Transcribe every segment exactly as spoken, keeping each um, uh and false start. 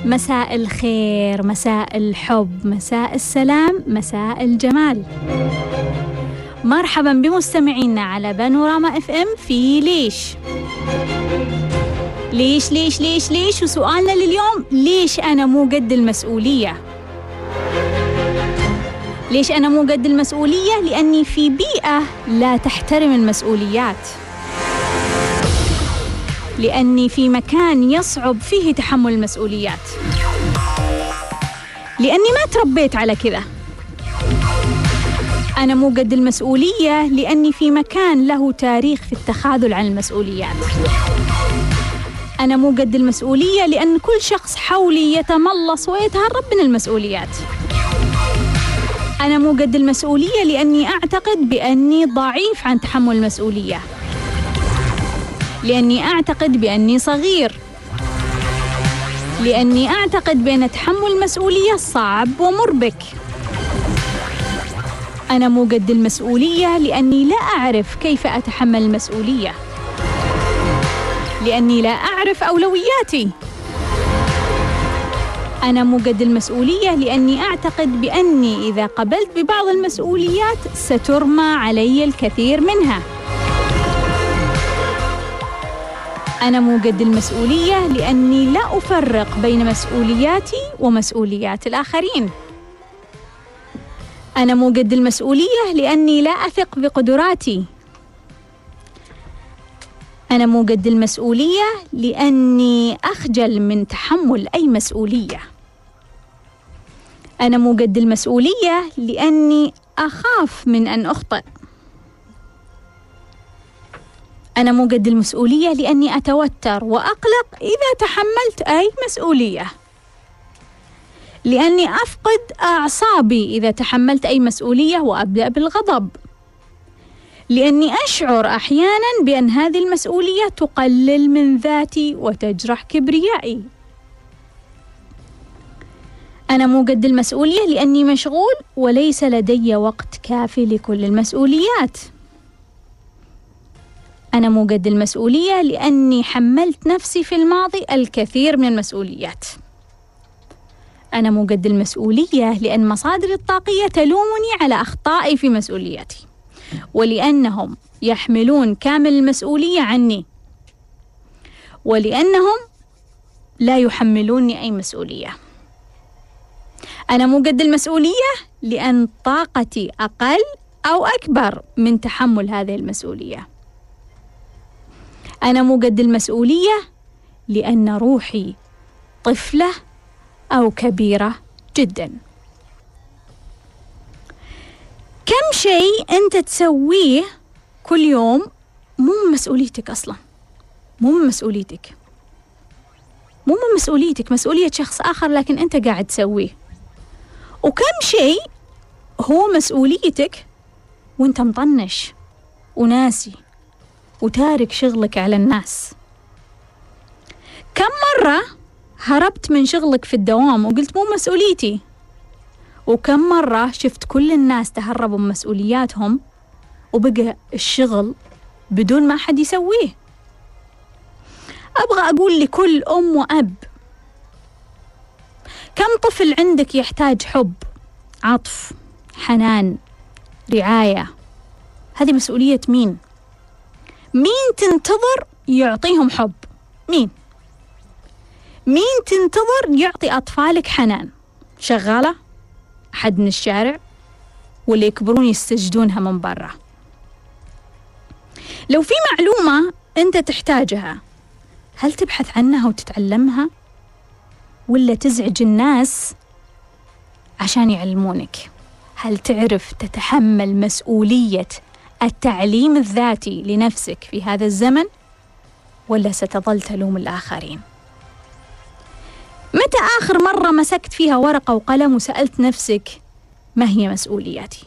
مساء الخير، مساء الحب، مساء السلام، مساء الجمال. مرحبا بمستمعينا على بانوراما اف ام في ليش ليش ليش ليش ليش وسؤالنا لليوم: ليش أنا مو قد المسؤولية؟ ليش أنا مو قد المسؤولية؟ لأني في بيئة لا تحترم المسؤوليات، لأني في مكان يصعب فيه تحمل المسؤوليات، لأني ما تربيت على كذا. أنا مو قد المسؤولية لأني في مكان له تاريخ في التخاذل عن المسؤوليات. أنا مو قد المسؤولية لأن كل شخص حولي يتملص ويتهرب من المسؤوليات. أنا مو قد المسؤولية لأني أعتقد بأني ضعيف عن تحمل المسؤولية، لأني أعتقد بأني صغير، لأني أعتقد بأن تحمل المسؤولية صعب ومربك. أنا مو قد المسؤولية لأني لا أعرف كيف أتحمل المسؤولية، لأني لا أعرف أولوياتي. أنا مو قد المسؤولية لأني أعتقد بأني إذا قبلت ببعض المسؤوليات سترمى علي الكثير منها. أنا مو قد المسؤولية لأني لا أفرق بين مسؤولياتي ومسؤوليات الآخرين. أنا مو قد المسؤولية لأني لا أثق بقدراتي. أنا مو قد المسؤولية لأني أخجل من تحمل أي مسؤولية. أنا مو قد المسؤولية لأني أخاف من أن أخطئ. أنا مو قد المسؤولية لأني أتوتر وأقلق إذا تحملت أي مسؤولية، لأني أفقد أعصابي إذا تحملت أي مسؤولية وأبدأ بالغضب، لأني أشعر أحياناً بأن هذه المسؤولية تقلل من ذاتي وتجرح كبريائي. أنا مو قد المسؤولية لأني مشغول وليس لدي وقت كافي لكل المسؤوليات. أنا مو قد المسؤولية لأني حملت نفسي في الماضي الكثير من المسؤوليات. أنا مو قد المسؤولية لأن مصادري الطاقية تلومني على أخطائي في مسؤولياتي، ولأنهم يحملون كامل المسؤولية عني، ولأنهم لا يحملوني أي مسؤولية. أنا مو قد المسؤولية لأن طاقتي أقل أو أكبر من تحمل هذه المسؤولية. أنا مو قد المسؤولية لأن روحي طفلة أو كبيرة جداً. كم شيء أنت تسويه كل يوم مو من مسؤوليتك أصلاً، مو من مسؤوليتك، مو من مسؤوليتك، مسؤولية شخص آخر لكن أنت قاعد تسويه. وكم شيء هو مسؤوليتك وأنت مطنش وناسي وتارك شغلك على الناس. كم مرة هربت من شغلك في الدوام وقلت مو مسؤوليتي، وكم مرة شفت كل الناس تهربوا من مسؤولياتهم وبقى الشغل بدون ما حد يسويه. أبغى أقول لكل أم وأب: كم طفل عندك يحتاج حب، عطف، حنان، رعاية؟ هذه مسؤولية مين؟ مين تنتظر يعطيهم حب؟ مين؟ مين تنتظر يعطي أطفالك حنان؟ شغالة؟ أحد من الشارع؟ واللي يكبرون يستجدونها من برا؟ لو في معلومة أنت تحتاجها، هل تبحث عنها وتتعلمها؟ ولا تزعج الناس عشان يعلمونك؟ هل تعرف تتحمل مسؤولية التعليم الذاتي لنفسك في هذا الزمن؟ ولا ستظل تلوم الآخرين؟ متى آخر مرة مسكت فيها ورقة وقلم وسألت نفسك ما هي مسؤولياتي؟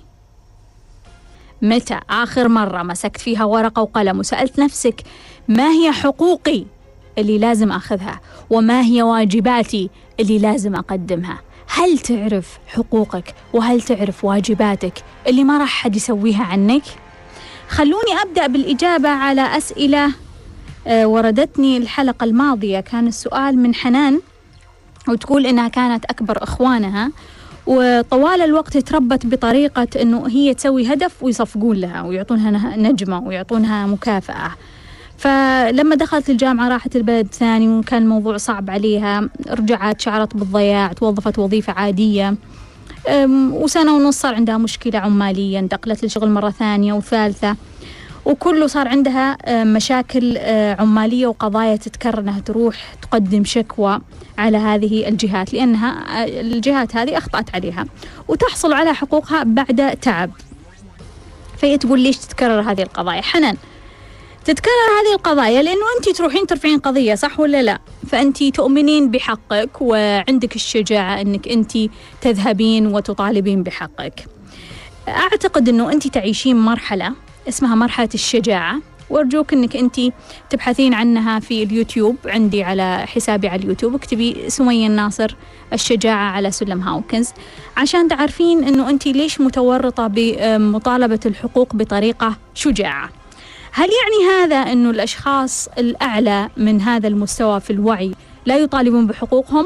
متى آخر مرة مسكت فيها ورقة وقلم وسألت نفسك ما هي حقوقي اللي لازم أخذها، وما هي واجباتي اللي لازم أقدمها؟ هل تعرف حقوقك وهل تعرف واجباتك اللي ما راح حد يسويها عنك؟ خلوني أبدأ بالإجابة على أسئلة وردتني الحلقة الماضية. كان السؤال من حنان وتقول إنها كانت أكبر إخوانها، وطوال الوقت تربت بطريقة إنه هي تسوي هدف ويصفقون لها ويعطونها نجمة ويعطونها مكافأة. فلما دخلت الجامعة راحت البلد ثاني وكان الموضوع صعب عليها، رجعت شعرت بالضياع، توظفت وظيفة عادية، وسنة ونص صار عندها مشكلة عمالية، انتقلت لشغل مرة ثانية وثالثة، وكله صار عندها مشاكل عمالية وقضايا تتكرر أنها تروح تقدم شكوى على هذه الجهات، لأنها الجهات هذه أخطأت عليها وتحصل على حقوقها بعد تعب. فهي تقول ليش تتكرر هذه القضايا؟ حنان، تتكرر هذه القضايا لأنه أنت تروحين ترفعين قضية، صح ولا لا؟ فأنت تؤمنين بحقك وعندك الشجاعة أنك أنت تذهبين وتطالبين بحقك. أعتقد أنه أنت تعيشين مرحلة اسمها مرحلة الشجاعة، وأرجوك أنك أنت تبحثين عنها في اليوتيوب. عندي على حسابي على اليوتيوب اكتبي سمية الناصر الشجاعة على سلم هاوكنز عشان تعرفين أنه أنت ليش متورطة بمطالبة الحقوق بطريقة شجاعة. هل يعني هذا أنه الأشخاص الأعلى من هذا المستوى في الوعي لا يطالبون بحقوقهم؟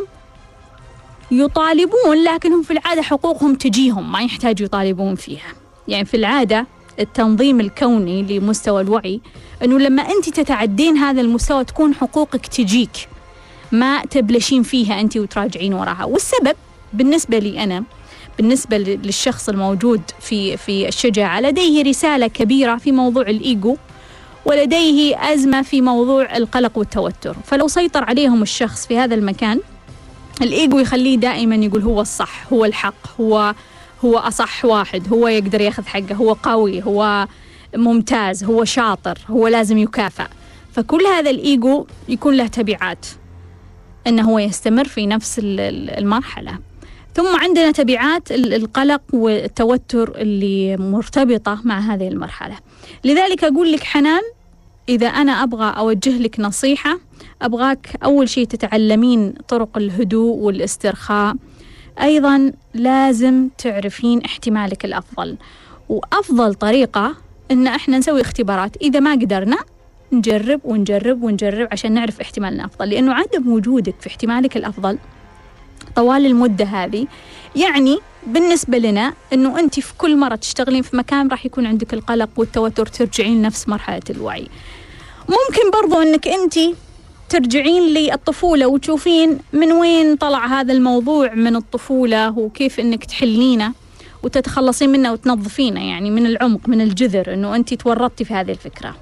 يطالبون، لكنهم في العادة حقوقهم تجيهم، ما يحتاج يطالبون فيها. يعني في العادة التنظيم الكوني لمستوى الوعي أنه لما أنت تتعدين هذا المستوى تكون حقوقك تجيك، ما تبلشين فيها أنت وتراجعين وراها. والسبب بالنسبة لي أنا، بالنسبة للشخص الموجود في في الشجاعة، لديه رسالة كبيرة في موضوع الإيجو، ولديه أزمة في موضوع القلق والتوتر. فلو سيطر عليهم الشخص في هذا المكان، الإيجو يخليه دائما يقول هو الصح، هو الحق، هو هو أصح واحد، هو يقدر ياخذ حقه، هو قوي، هو ممتاز، هو شاطر، هو لازم يكافأ. فكل هذا الإيجو يكون له تبعات أنه هو يستمر في نفس المرحلة. ثم عندنا تبعات القلق والتوتر اللي مرتبطة مع هذه المرحلة. لذلك أقول لك حنان، إذا أنا أبغى أوجه لك نصيحة، أبغاك أول شيء تتعلمين طرق الهدوء والاسترخاء. أيضا لازم تعرفين احتمالك الأفضل، وأفضل طريقة إن إحنا نسوي اختبارات. إذا ما قدرنا نجرب ونجرب ونجرب عشان نعرف احتمالنا الأفضل، لأنه عدم وجودك في احتمالك الأفضل طوال المدة هذه يعني بالنسبة لنا أنه أنت في كل مرة تشتغلين في مكان راح يكون عندك القلق والتوتر، ترجعين نفس مرحلة الوعي. ممكن برضو أنك أنت ترجعين للطفولة وتشوفين من وين طلع هذا الموضوع من الطفولة، وكيف أنك تحلينه وتتخلصين منه وتنظفينه، يعني من العمق، من الجذر، أنه أنت تورطتي في هذه الفكرة.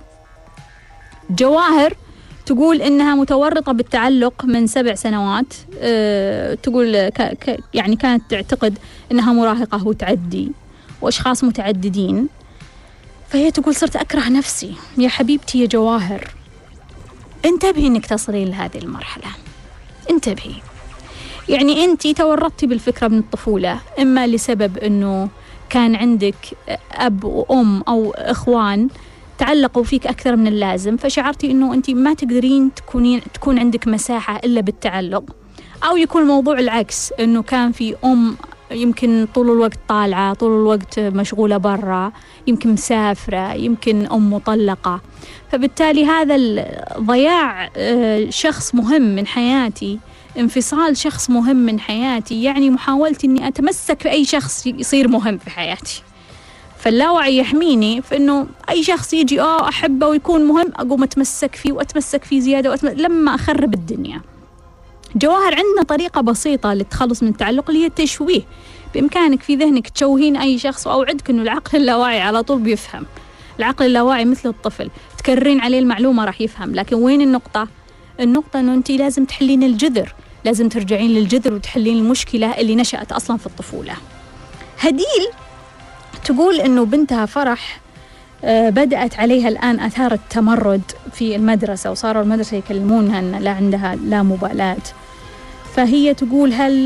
جواهر تقول إنها متورطة بالتعلق من سبع سنوات. أه تقول ك ك يعني كانت تعتقد إنها مراهقة وتعدي وأشخاص متعددين. فهي تقول صرت أكره نفسي. يا حبيبتي يا جواهر، انتبهي إنك تصلين لهذه المرحلة، انتبهي. يعني أنت تورطتي بالفكرة من الطفولة، إما لسبب إنه كان عندك أب وأم أو إخوان تعلقوا فيك أكثر من اللازم، فشعرتي إنه أنت ما تقدرين تكونين تكون عندك مساحة إلا بالتعلق. أو يكون الموضوع العكس، إنه كان في أم يمكن طول الوقت طالعة، طول الوقت مشغولة برا، يمكن مسافرة، يمكن أم مطلقة. فبالتالي هذا ضياع شخص مهم من حياتي، انفصال شخص مهم من حياتي، يعني محاولتي إني أتمسك في أي شخص يصير مهم في حياتي. فاللاوعي يحميني في إنه أي شخص يجي آه أحبه ويكون مهم أقوم أتمسك فيه وأتمسك فيه زيادة وأتمسك لما أخرب الدنيا. جواهر عندنا طريقة بسيطة للتخلص من التعلق اللي هي التشويه. بإمكانك في ذهنك تشوهين أي شخص، وأوعدك إنه العقل اللاواعي على طول بيفهم. العقل اللاواعي مثل الطفل، تكررين عليه المعلومة راح يفهم. لكن وين النقطة؟ النقطة إنه أنت لازم تحلين الجذر، لازم ترجعين للجذر وتحلين المشكلة اللي نشأت أصلا في الطفولة. هديل تقول إنه بنتها فرح بدأت عليها الآن آثار التمرد في المدرسة، وصاروا المدرسة يكلمونها أن لا عندها لا مبالاة. فهي تقول هل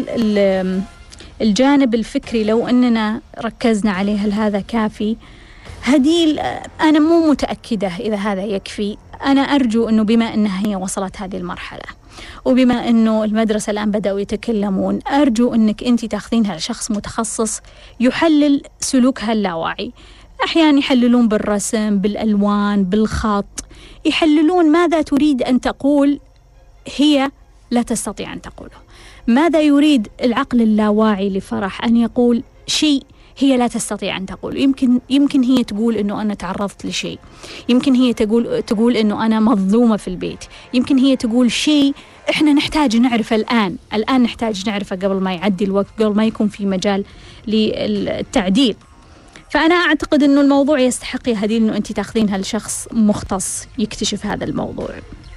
الجانب الفكري لو أننا ركزنا عليه هل هذا كافي؟ هديل أنا مو متأكدة إذا هذا يكفي. أنا أرجو أنه بما أنها هي وصلت هذه المرحلة، وبما أنه المدرسة الآن بدأوا يتكلمون، أرجو أنك أنت تأخذينها لشخص متخصص يحلل سلوكها اللاواعي. أحيانا يحللون بالرسم، بالألوان، بالخط، يحللون ماذا تريد أن تقول هي لا تستطيع أن تقوله، ماذا يريد العقل اللاواعي لفرح؟ أن يقول شيء هي لا تستطيع أن تقول. يمكن يمكن هي تقول إنه أنا تعرضت لشيء، يمكن هي تقول تقول إنه أنا مظلومة في البيت، يمكن هي تقول شيء إحنا نحتاج نعرفه الآن، الآن نحتاج نعرفه قبل ما يعدي الوقت، قبل ما يكون في مجال للتعديل. فأنا أعتقد إنه الموضوع يستحق يا هديل إنه أنت تأخذينها لشخص مختص يكتشف هذا الموضوع.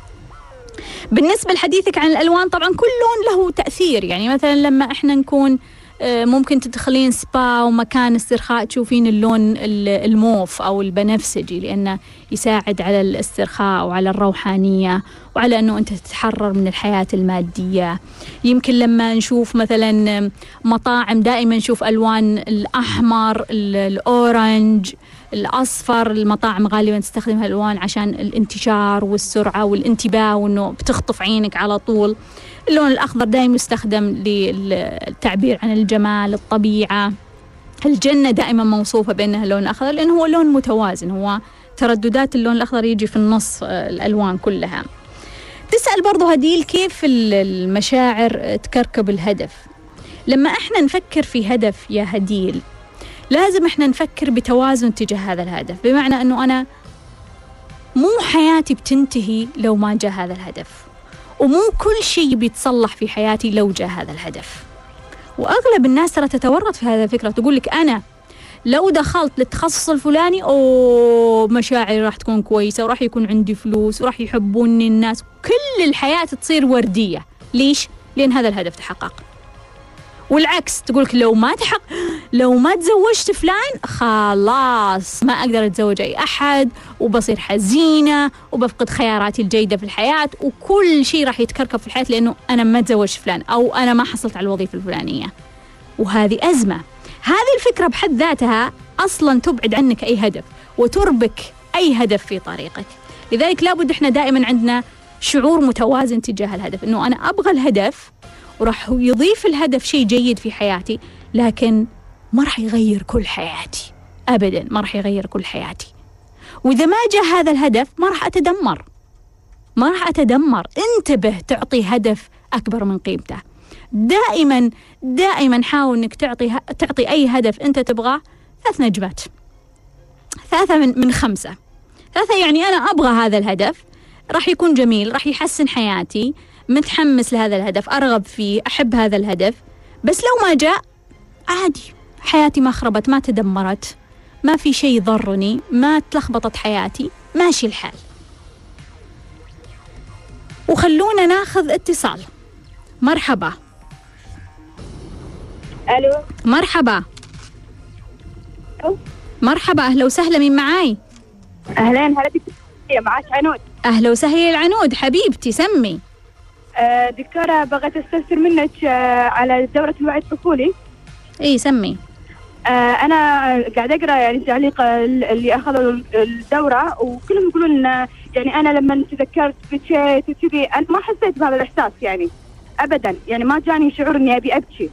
بالنسبة لحديثك عن الألوان، طبعا كل لون له تأثير. يعني مثلا لما إحنا نكون ممكن تدخلين سبا ومكان استرخاء تشوفين اللون الموف أو البنفسجي، لأنه يساعد على الاسترخاء وعلى الروحانية وعلى أنه أنت تتحرر من الحياة المادية. يمكن لما نشوف مثلا مطاعم دائما نشوف ألوان الأحمر، الأورنج، الأصفر. المطاعم غالبا تستخدم هالألوان عشان الانتشار والسرعة والانتباه، وأنه بتخطف عينك على طول. اللون الأخضر دائما يستخدم للتعبير عن الجمال، الطبيعة. الجنة دائما موصوفة بأنها لون أخضر لأنه هو لون متوازن، هو ترددات اللون الأخضر يجي في النص الألوان كلها. تسأل برضو هديل كيف المشاعر تكركب الهدف. لما احنا نفكر في هدف يا هديل لازم احنا نفكر بتوازن تجاه هذا الهدف، بمعنى أنه أنا مو حياتي بتنتهي لو ما جاء هذا الهدف، ومو كل شيء بيتصلح في حياتي لو جاء هذا الهدف. وأغلب الناس ترى تتورط في هذه الفكرة، تقول لك أنا لو دخلت للتخصص الفلاني أو مشاعري راح تكون كويسة وراح يكون عندي فلوس وراح يحبوني الناس، كل الحياة تصير وردية. ليش؟ لأن هذا الهدف تحقق. والعكس تقولك لو ما تحق لو ما تزوجت فلان خلاص ما أقدر أتزوج أي أحد وبصير حزينة وبفقد خياراتي الجيدة في الحياة وكل شيء راح يتكركب في الحياة لأنه أنا ما تزوجت فلان أو أنا ما حصلت على الوظيفة الفلانية. وهذه أزمة. هذه الفكرة بحد ذاتها أصلا تبعد عنك أي هدف وتربك أي هدف في طريقك. لذلك لابد إحنا دائما عندنا شعور متوازن تجاه الهدف، إنه أنا أبغى الهدف وراح يضيف الهدف شيء جيد في حياتي، لكن ما راح يغير كل حياتي أبدا، ما راح يغير كل حياتي. وإذا ما جاء هذا الهدف ما راح أتدمر ما راح أتدمر انتبه، تعطي هدف أكبر من قيمته. دائما دائما حاول إنك تعطي تعطي أي هدف أنت تبغاه ثلاث نجمات، ثلاثة من من خمسة. ثلاثة يعني أنا أبغى هذا الهدف، راح يكون جميل، راح يحسن حياتي، متحمس لهذا الهدف، أرغب فيه، أحب هذا الهدف. بس لو ما جاء عادي، حياتي ما خربت، ما تدمرت، ما في شيء ضرني، ما تلخبطت حياتي، ماشي الحال. وخلونا ناخذ اتصال. مرحبا. الو. مرحبا. أو. مرحبا، اهلا وسهلا، مين معاي؟ اهلين، هلا دكتورة، معاك عنود. اهلا وسهلا العنود، حبيبتي سمي. آه دكتورة، بغيت استفسر منك آه على دورة الوعي الطفولي. اي سمي. آه انا قاعد اقرا يعني تعليق اللي اخذوا الدورة، وكلهم يقولون يعني انا لما تذكرت بكيت وكذي انا ما حسيت بهذا الاحساس يعني ابدا، يعني ما جاني شعور اني ابي ابكي.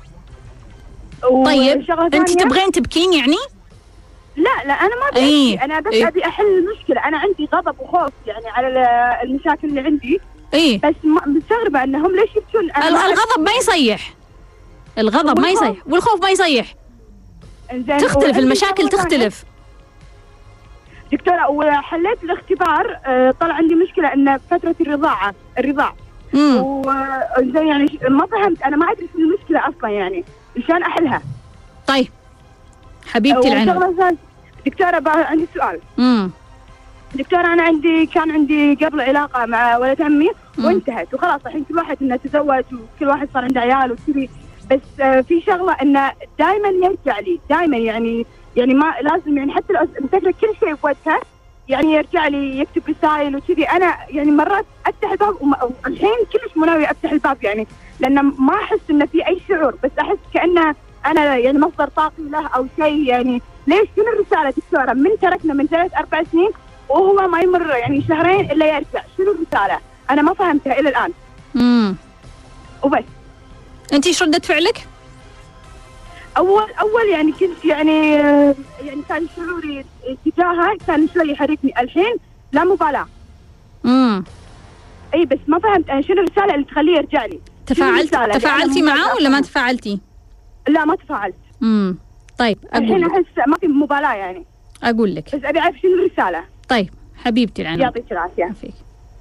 طيب انت تبغين تبكين يعني؟ لا لا انا ما ابي أيه. انا بس أيه. ابي احل المشكله. انا عندي غضب وخوف يعني على المشاكل اللي عندي. ايه بس مستغربه انهم ليش يبكون. الغضب ما يصيح، الغضب ما يصيح والخوف ما يصيح، تختلف المشاكل تختلف. دكتوره، وحليت الاختبار طلع عندي مشكله ان فتره الرضاعه الرضاع وزين يعني ما فهمت، انا ما ادري شو المشكله اصلا يعني مشان احلها. طيب حبيبتي العنود. دكتورة عندي سؤال. امم دكتورة أنا عندي كان عندي قبل علاقة مع ولد عمي وانتهت وخلاص، الحين كل واحد إنه تزوج وكل واحد صار عنده عيال وكذي. بس آه في شغلة إنه دائما يرجع لي دائما يعني يعني ما لازم يعني حتى لو مسكر كل شيء بوجهه يعني يرجع لي يكتب رسائل وكذي. أنا يعني مرات أفتح الباب والحين كلش مو ناوية أفتح الباب يعني لأن ما أحس إنه في أي شعور، بس أحس كأنه أنا يعني مصدر طاقي له أو شيء. يعني ليش شنو الرسالة دكتورة؟ من تركنا من ثلاث أربع سنين وهو ما يمر يعني شهرين إلا يرجع، شنو الرسالة؟ أنا ما فهمتها إلى الآن. امم وبس. أنت إيش ردة فعلك؟ أول أول يعني كنت يعني يعني كان شعوري تجاهه كان شوي يحركني، الحين لا مبالاة. امم أي بس ما فهمت أنا شنو الرسالة اللي تخليه يرجع لي. تفاعلت تفاعلتي معاه ولا ما تفاعلتي؟ لا ما تفاعلت. امم طيب اقول الحين لك. احس ما في مبالاة يعني. اقول لك بس ابي اعرف شنو الرسالة. طيب حبيبتي العنود. يعطيك العافية. فيك.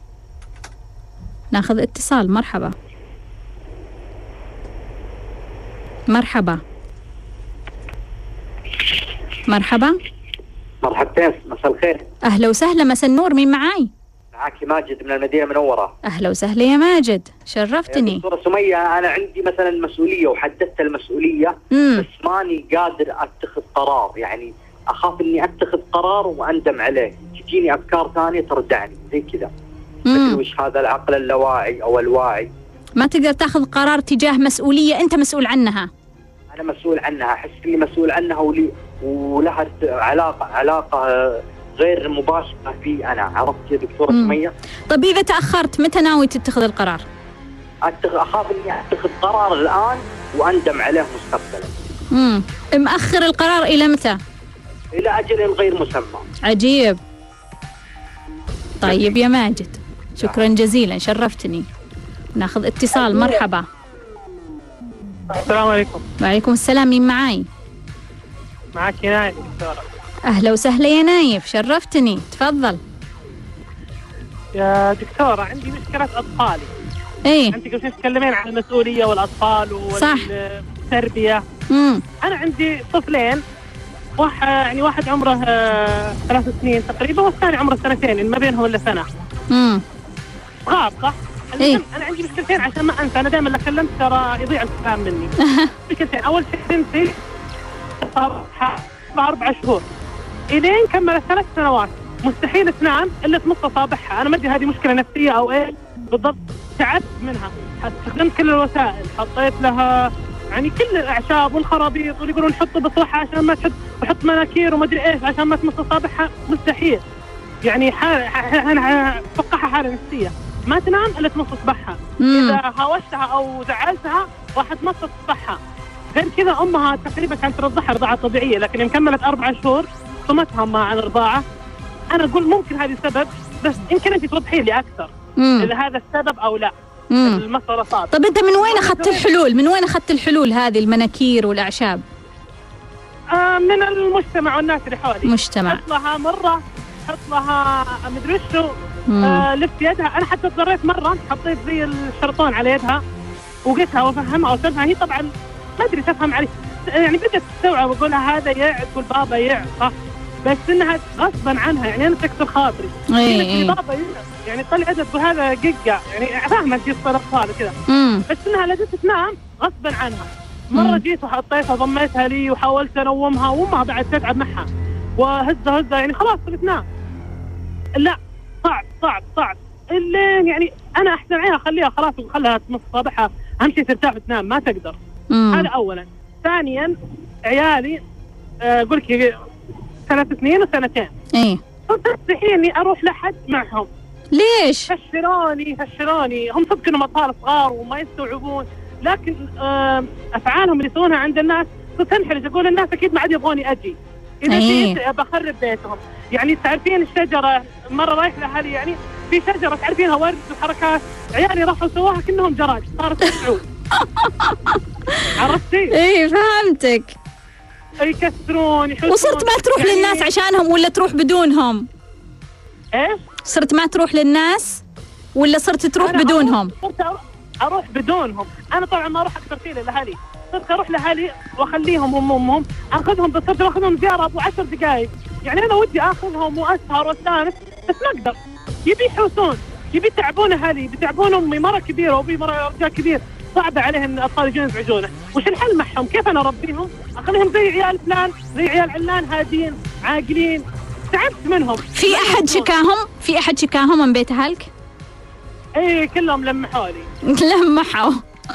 ناخذ اتصال. مرحبا. مرحبا. مرحبا. مرحبتين، مساء الخير. اهلا وسهلا، مساء النور. مين معاي؟ معك ماجد من المدينة المنورة. اهلا وسهلا يا ماجد، شرفتني. دكتورة سمية، أنا عندي مثلا مسؤولية وحددت المسؤولية مم. بس ماني قادر أتخذ قرار، يعني أخاف إني أتخذ قرار وأندم عليه، تجيني أفكار ثانية تردعني زي كذا. مثل وش هذا العقل اللاواعي أو الواعي. ما تقدر تاخذ قرار تجاه مسؤولية أنت مسؤول عنها. أنا مسؤول عنها، أحس إني مسؤول عنها ولي ولها علاقة علاقة غير مباشرة في أنا. عرفت يا دكتورة سمية؟ طيب إذا تأخرت متى ناوي تتخذ القرار؟ أخاف إني أتخذ قرار الآن وأندم عليه مستقبلا. امم مأخر القرار إلى متى؟ إلى أجل غير مسمى. عجيب. طيب يا ماجد، شكرا جزيلا، شرفتني. ناخذ اتصال. مرحبا. السلام عليكم. وعليكم السلام. مين معاي؟ معك نايف دكتورة. أهلا وسهلا يا نايف، شرفتني، تفضل. يا دكتورة عندي مشكلة أطفالي. إيه؟ أنت قلتي تتكلمين عن المسؤولية والأطفال والتربية. امم أنا عندي طفلين، واحد يعني واحد عمره آه ثلاث سنين تقريبا والثاني عمره سنتين، ما بينهم إلا سنة. امم غاب صح؟ إيه؟ أنا عندي مشكلتين عشان ما أنسى، أنا دائما لو كلمت ترى يضيع الكلام مني. مشكلتين، أول شيء بنتي صارت أربع شهور إلين كملت ثلاث سنوات مستحيل تنام إلا تمص أصابعها. أنا ما أدري هذه مشكلة نفسية أو إيه بالضبط، تعبت منها، استخدمت كل الوسائل، حطيت لها يعني كل الأعشاب والخرابيط، واللي يقولون حط بصوحة عشان ما تحط، وحط مناكير وما أدري إيش عشان ما تمص أصابعها، مستحيل. يعني حال أنا فقعها حالة نفسية، ما تنام إلا تمص إصبعها. إذا هاوشتها أو زعلتها راح تمص إصبعها. غير كذا أمها تقريبا كانت ترضعها رضاعة طبيعية، لكن يوم كملت أربع شهور صمتها مع الرضاعة. أنا أقول ممكن هذه السبب، بس يمكن أنت توضحي لي أكثر مم. إذا هذا السبب أو لا. مم. المسألة صعبة. طب أنت من وين أخذت الحلول؟ من وين أخذت الحلول هذه المناكير والأعشاب؟ آه من المجتمع والناس اللي حولي. مجتمع. حط لها مرة، حط لها مدري وشو، آه لف يدها. أنا حتى اضطريت مرة حطيت زي الشرطون على يدها وقلتها وأفهمها وأفهمها، هي طبعا ما أدري تفهم علي، يعني بدأت تستوعب وأقول لها هذا يع، تقول بابا يع صح، بس إنها غصبا عنها، يعني أنا تكسر خاطري. إيه إيه. بابا يعني طلع عدد وهذا ققع يعني فاهمه انت يصير اطفال وكذا بس انها لجت تنام غصبا عنها. مره جيت وحطيتها ضميتها لي وحاولت انومها وامها بعد تتعب معها وهزه هزه يعني خلاص تنام. لا صعب صعب صعب اللي يعني انا احسن عينها خليها خلاص وخلها تمص صابعها اهم شيء ترتاح وتنام ما تقدر. هذا اولا. ثانيا عيالي اقول لك ثلاث سنين وسنتين ايه صرت استحي اني اروح لحد معهم. ليش؟ فشروني فشروني هم صدق انهم اطفال صغار وما يستوعبون لكن افعالهم اللي يسوونها عند الناس صرت انحرج اقول الناس اكيد ما عاد يبغوني اجي اذا جيت ايه. بخرب بيتهم. يعني تعرفين الشجره مره رايح لاهلي يعني في شجره تعرفينها ورد وحركات عيالي راحوا سووها كأنهم جراج صارت تسعود. عرفتي؟ ايه فهمتك. يكسرون يحسون وصرت ما تروح يعني للناس عشانهم ولا تروح بدونهم؟ ايش؟ صرت ما تروح للناس ولا صرت تروح بدونهم؟ صرت اروح بدونهم. انا طبعا ما اروح اكثر شيء لاهلي، صرت اروح لاهلي واخليهم هم امهم اخذهم بس صرت اخذهم زياره ابو عشر دقائق. يعني انا ودي اخذهم واسهر واستانس بس ما اقدر. يبي يحوسون يبي يتعبون اهلي بيتعبون امي مره كبيره وابي مره رجال كبير صعبه عليهم الاطفال يجون يزعجونه. وش الحل معهم؟ كيف انا اربيهم؟ اخليهم زي عيال فلان زي عيال علان هادين عاقلين. تعبت منهم. في احد شكاهم؟ في احد شكاهم من بيت اهلك؟ ايه كلهم لمحوا لي. لمحوا.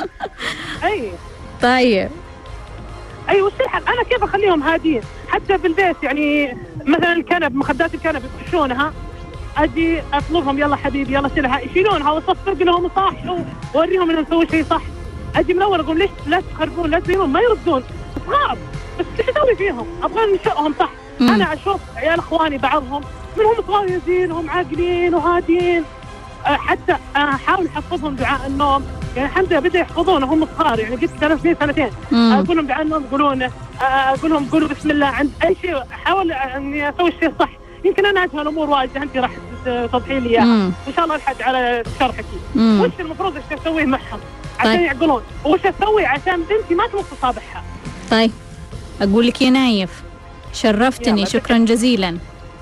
اي طيب اي وش الحل؟ انا كيف اخليهم هادين؟ حتى بالبيت يعني مثلا الكنب مخدات الكنب يطشونها اجي اطلبهم يلا حبيبي يلا شيلها يشيلونها واصفق لهم صح واوريهم انهم سووا شيء صح. اجي من اول اقول ليش لا تخربون لا تزينون ما يردون صعب بس ايش اسوي فيهم؟ ابغى ننشئهم صح. مم. انا اشوف عيال اخواني بعضهم منهم صغار يزينهم عاقلين وهادين. أه حتى احاول احفظهم دعاء النوم يعني الحمد لله بدأوا يحفظونه هم صغار، يعني قلت ثلاث سنين سنتين اقول لهم بعنهم يقولونه، اقول لهم قولوا بسم الله عند اي شيء، احاول اني اسوي الشيء صح. يمكن انا اجهل امور واجد، انت راح توضحي لي اياها وان شاء الله الحد على شرحك. وش المفروض ايش اسويه معهم عشان طيب. يعقلون، وش اسوي عشان بنتي ما تمص اصابعها؟ طيب اقول لك يا نايف شرفتني، شكرا جزيلا.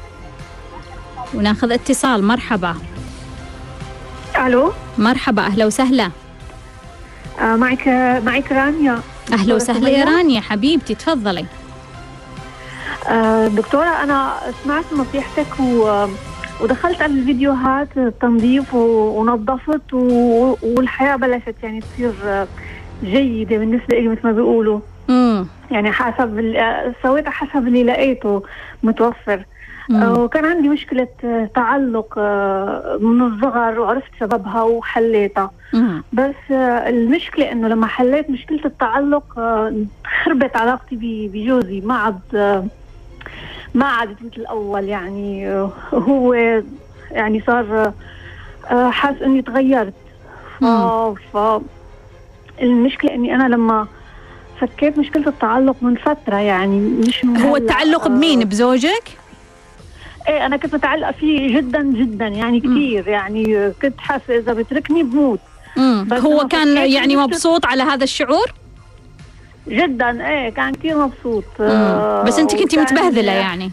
وناخذ اتصال. مرحبا. الو مرحبا، اهلا وسهلا. آه معك معك رانيا. اهلا وسهلا يا رانيا حبيبتي، تفضلي. آه دكتورة أنا سمعت نصيحتك و... ودخلت على الفيديوهات التنظيف ونظفت و... والحياة بلشت يعني تصير جيدة بالنسبة لي مثل ما بيقولوا. امم يعني حسب ال... سويتها حسب اللي لقيته متوفر. آه وكان عندي مشكلة تعلق آه من الصغر وعرفت سببها وحليتها. مم. بس آه المشكلة إنه لما حليت مشكلة التعلق آه خربت علاقتي بجوزي، ما عاد آه ما عادت مثل الأول. يعني آه هو يعني صار آه حاس إني تغيرت. ف المشكلة إني أنا لما فكيت مشكلة التعلق من فترة، يعني مش من هو التعلق بمين؟ بزوجك؟ ايه انا كنت متعلقه فيه جدا جدا يعني كثير. يعني كنت حاسه اذا بتركني بموت. بس هو كان يعني مبسوط على هذا الشعور جدا. ايه كان كثير مبسوط. آه بس انت كنتي متبهذله يعني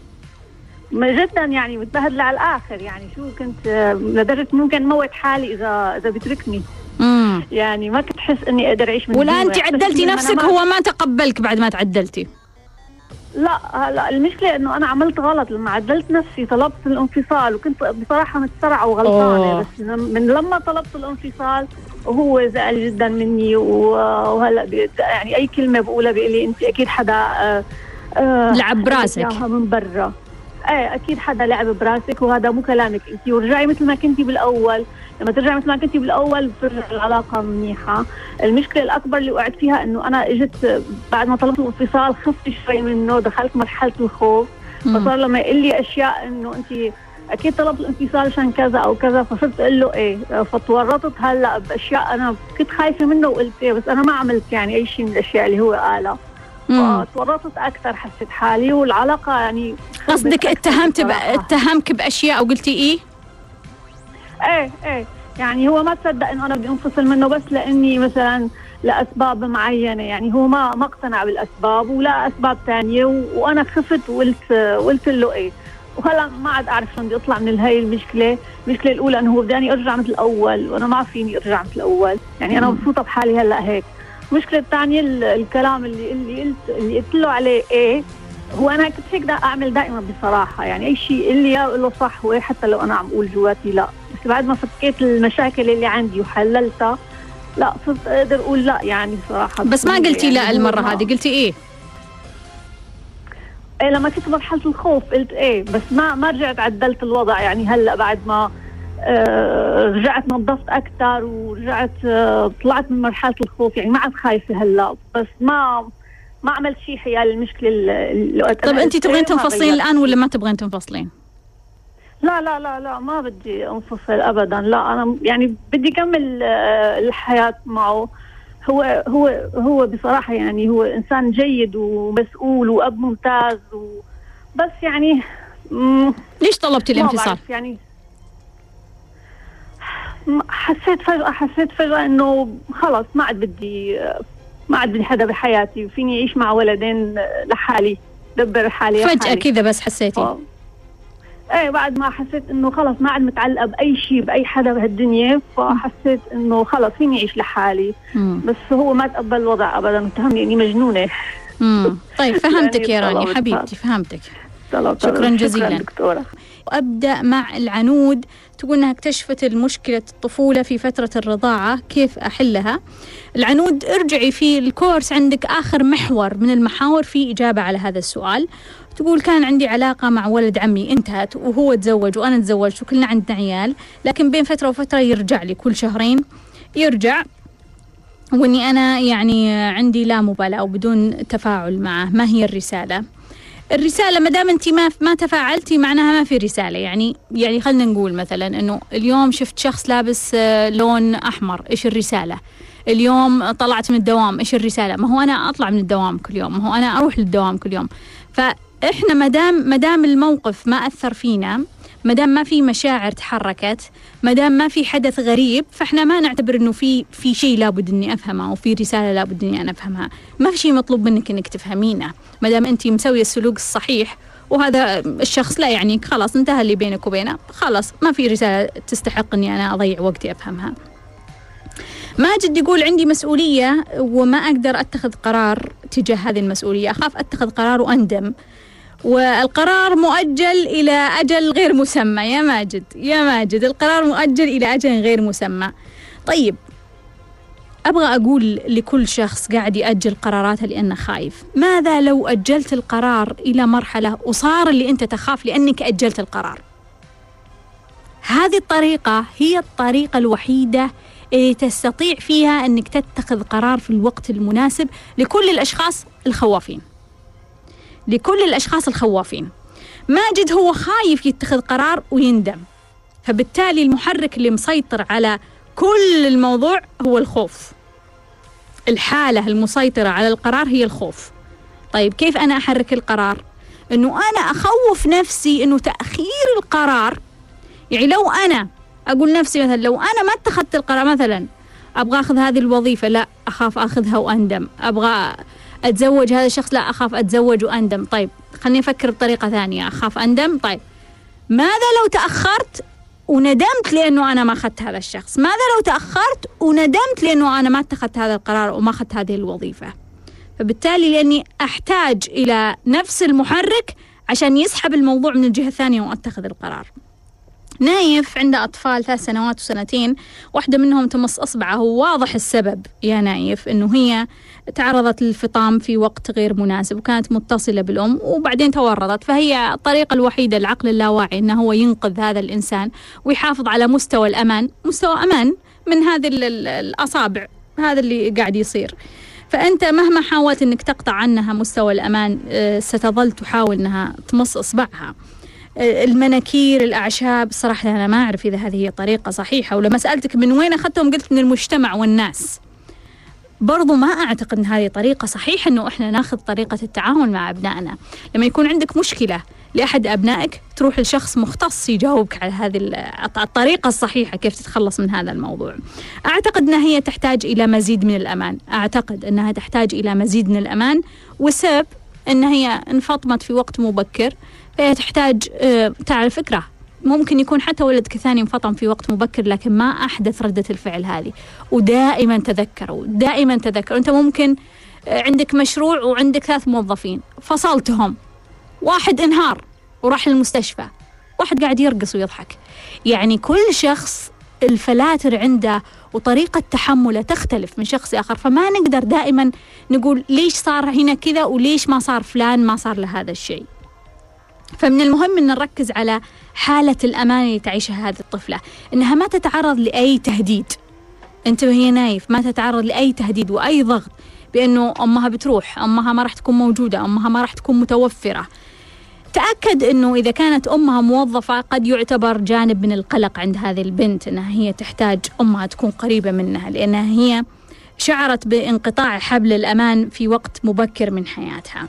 جدا، يعني متبهذله على الاخر. يعني شو كنت لدرجه ممكن موت حالي اذا اذا بتركني. امم يعني ما كنت احس اني اقدر اعيش من ولا انت عدلتي نفسك؟ هو ما تقبلك بعد ما تعدلتي؟ لا هلا المشكله انه انا عملت غلط لما عدلت نفسي، طلبت الانفصال وكنت بصراحه متسرعه وغلطانه. بس من لما طلبت الانفصال وهو زعل جدا مني، وهلا يعني اي كلمه بقولها بيقول لي انت اكيد حدا آآ آآ لعب براسك من برا. ايه اكيد حدا لعب براسك وهذا مو كلامك انت، ورجعي مثل ما كنتي بالاول. لما ترجعي مثل ما كنتي بالاول بترجع العلاقه منيحه. المشكله الاكبر اللي وقعت فيها انه انا اجت بعد ما طلبت الانفصال خفت شوي منه، دخلت مرحله الخوف. فصار لما يقول لي اشياء انه انت اكيد طلبت الانفصال عشان كذا او كذا، فصرت اقول له ايه. فتورطت هلا باشياء انا كنت خايفه منه وقلت ايه، بس انا ما عملت يعني اي شيء من الاشياء اللي هو قالها. فتورطت اكثر، حسيت حالي والعلاقه يعني. قصدك اتهمت اتهمك باشياء او قلتي ايه؟ ايه ايه يعني هو ما تصدق انه انا بدي انفصل منه بس لاني مثلا لاسباب معينه. يعني هو ما ما اقتنع بالاسباب ولا اسباب ثانيه، وانا خفت وقلت قلت له ايه. وهلا ما عاد اعرف شلون بدي اطلع من هاي المشكله. المشكله الاولى انه هو بداني ارجع مثل الاول وانا ما فيني ارجع مثل الاول. يعني انا مبسوطه بحالي هلا هيك. المشكله الثانيه الكلام اللي اللي قلت اللي قلت له عليه ايه. هو انا كنت هيك دا اعمل دائما بصراحه، يعني اي شيء اللي يقول له صح هو حتى لو انا عم اقول جواتي لا. بس بعد ما فكيت المشاكل اللي عندي وحللتها لا صرت اقدر اقول لا. يعني بصراحه بس ما قلتي يعني لا المره هذه، قلتي ايه؟ ايه لما كنت مرحله الخوف قلت ايه، بس ما ما رجعت عدلت الوضع. يعني هلا بعد ما آه رجعت نظفت اكثر ورجعت آه طلعت من مرحله الخوف، يعني ما عاد خايفه هلا. بس ما ما عملت شيء حيال المشكله اللي وقت. طيب انت تبغين تنفصلين الان ولا ما تبغين تنفصلين؟ لا لا لا لا ما بدي انفصل ابدا. لا انا يعني بدي اكمل الحياه معه. هو هو هو بصراحه يعني هو انسان جيد ومسؤول واب ممتاز و بس يعني ليش طلبتي الانفصال؟ يعني حسيت فجاه حسيت فجاه انه خلص ما عاد بدي ما عاد بدي حدا بحياتي، وفيني اعيش مع ولدين لحالي دبر حالي فجأة كذا بس حسيتي؟ أوه. ايه بعد ما حسيت انه خلص ما عاد متعلقه باي شيء باي حدا بهالدنيا، فحسيت انه خلص فيني اعيش لحالي. مم. بس هو ما تقبل الوضع ابدا واتهمني اني مجنونه. امم طيب فهمتك يا رانيا حبيبتي، فهمتك. شكرا جزيلا. شكرا دكتورة. وأبدأ مع العنود. تقول أنها اكتشفت المشكلة الطفولة في فترة الرضاعة، كيف أحلها؟ العنود ارجعي في الكورس عندك آخر محور من المحاور في إجابة على هذا السؤال. تقول كان عندي علاقة مع ولد عمي انتهت وهو تزوج وأنا تزوجت وكلنا عندنا عيال، لكن بين فترة وفترة يرجع لي كل شهرين يرجع، وإني أنا يعني عندي لا مبالاة وبدون تفاعل معه. ما هي الرسالة؟ الرسالة ما دام أنت ما ما تفاعلتي معناها ما في رسالة. يعني يعني خلنا نقول مثلا إنه اليوم شفت شخص لابس لون أحمر، إيش الرسالة؟ اليوم طلعت من الدوام، إيش الرسالة؟ ما هو أنا أطلع من الدوام كل يوم، ما هو أنا أروح للدوام كل يوم. فإحنا ما دام ما دام الموقف ما أثر فينا، ما دام ما في مشاعر تحركت، ما دام ما في حدث غريب، فإحنا ما نعتبر إنه في في شيء لابد إني أفهمه أو في رسالة لابد إني أنا أفهمها. ما في شيء مطلوب منك إنك تفهمينه، ما دام أنت مسوية السلوك الصحيح وهذا الشخص لا يعنيك، خلاص انتهى اللي بينك وبينه، خلاص ما في رسالة تستحق إني أنا أضيع وقتي أفهمها. ماجد يقول عندي مسؤولية وما أقدر أتخذ قرار تجاه هذه المسؤولية، أخاف أتخذ قرار وأندم، والقرار مؤجل إلى أجل غير مسمى. يا ماجد يا ماجد القرار مؤجل إلى أجل غير مسمى. طيب أبغى أقول لكل شخص قاعد يأجل قراراته لأنه خايف، ماذا لو أجلت القرار إلى مرحلة وصار اللي أنت تخاف لأنك أجلت القرار؟ هذه الطريقة هي الطريقة الوحيدة اللي تستطيع فيها أنك تتخذ قرار في الوقت المناسب لكل الأشخاص الخوافين، لكل الأشخاص الخوافين. ماجد هو خايف يتخذ قرار ويندم، فبالتالي المحرك اللي مسيطر على كل الموضوع هو الخوف. الحالة المسيطرة على القرار هي الخوف. طيب كيف أنا أحرك القرار؟ أنه أنا أخوف نفسي أنه تأخير القرار، يعني لو أنا أقول نفسي مثلا لو أنا ما اتخذت القرار، مثلا أبغى أخذ هذه الوظيفة، لا أخاف أخذها وأندم. أبغى أتزوج هذا الشخص، لا أخاف أتزوج وأندم. طيب خليني أفكر بطريقة ثانية، أخاف أندم. طيب ماذا لو تأخرت وندمت لأنه أنا ما أخذت هذا الشخص؟ ماذا لو تأخرت وندمت لأنه أنا ما اتخذت هذا القرار وما أخذت هذه الوظيفة؟ فبالتالي لأني أحتاج إلى نفس المحرك عشان يسحب الموضوع من الجهة الثانية وأتخذ القرار. نايف عنده أطفال ثلاث سنوات وسنتين، واحدة منهم تمص أصبعه، واضح السبب يا نايف إنه هي تعرضت للفطام في وقت غير مناسب وكانت متصلة بالأم وبعدين تورطت، فهي الطريقة الوحيدة العقل اللاواعي إنه هو ينقذ هذا الإنسان ويحافظ على مستوى الأمان، مستوى أمان من هذه الأصابع، هذا اللي قاعد يصير. فأنت مهما حاولت إنك تقطع عنها مستوى الأمان ستظل تحاول إنها تمص إصبعها. المناكير، الأعشاب، صراحة أنا ما أعرف إذا هذه هي طريقة صحيحة، ولما سألتك من وين أخذتهم قلت من المجتمع والناس. برضو ما أعتقد أن هذه طريقة صحيحة أنه إحنا ناخذ طريقة التعامل مع أبنائنا. لما يكون عندك مشكلة لأحد أبنائك تروح لشخص مختص يجاوبك على هذه الطريقة الصحيحة كيف تتخلص من هذا الموضوع. أعتقد أنها هي تحتاج إلى مزيد من الأمان، أعتقد أنها تحتاج إلى مزيد من الأمان، والسبب أنها هي انفطمت في وقت مبكر، فهي تحتاج أه تعرف فكرة ممكن يكون حتى ولدك الثاني انفطم في وقت مبكر لكن ما أحدث ردة الفعل هذه. ودائما تذكروا دائما تذكروا أنت ممكن عندك مشروع وعندك ثلاث موظفين، فصلتهم، واحد انهار وراح للمستشفى، واحد قاعد يرقص ويضحك. يعني كل شخص الفلاتر عنده وطريقة تحمله تختلف من شخص آخر، فما نقدر دائما نقول ليش صار هنا كذا وليش ما صار فلان ما صار له هذا الشيء. فمن المهم أن نركز على حالة الأمان اللي تعيشها هذه الطفلة، أنها ما تتعرض لأي تهديد. انتبه يا نايف، ما تتعرض لأي تهديد وأي ضغط بأنه أمها بتروح، أمها ما راح تكون موجودة، أمها ما راح تكون متوفرة. تأكد أنه إذا كانت أمها موظفة قد يعتبر جانب من القلق عند هذه البنت أنها هي تحتاج أمها تكون قريبة منها، لأنها هي شعرت بانقطاع حبل الأمان في وقت مبكر من حياتها.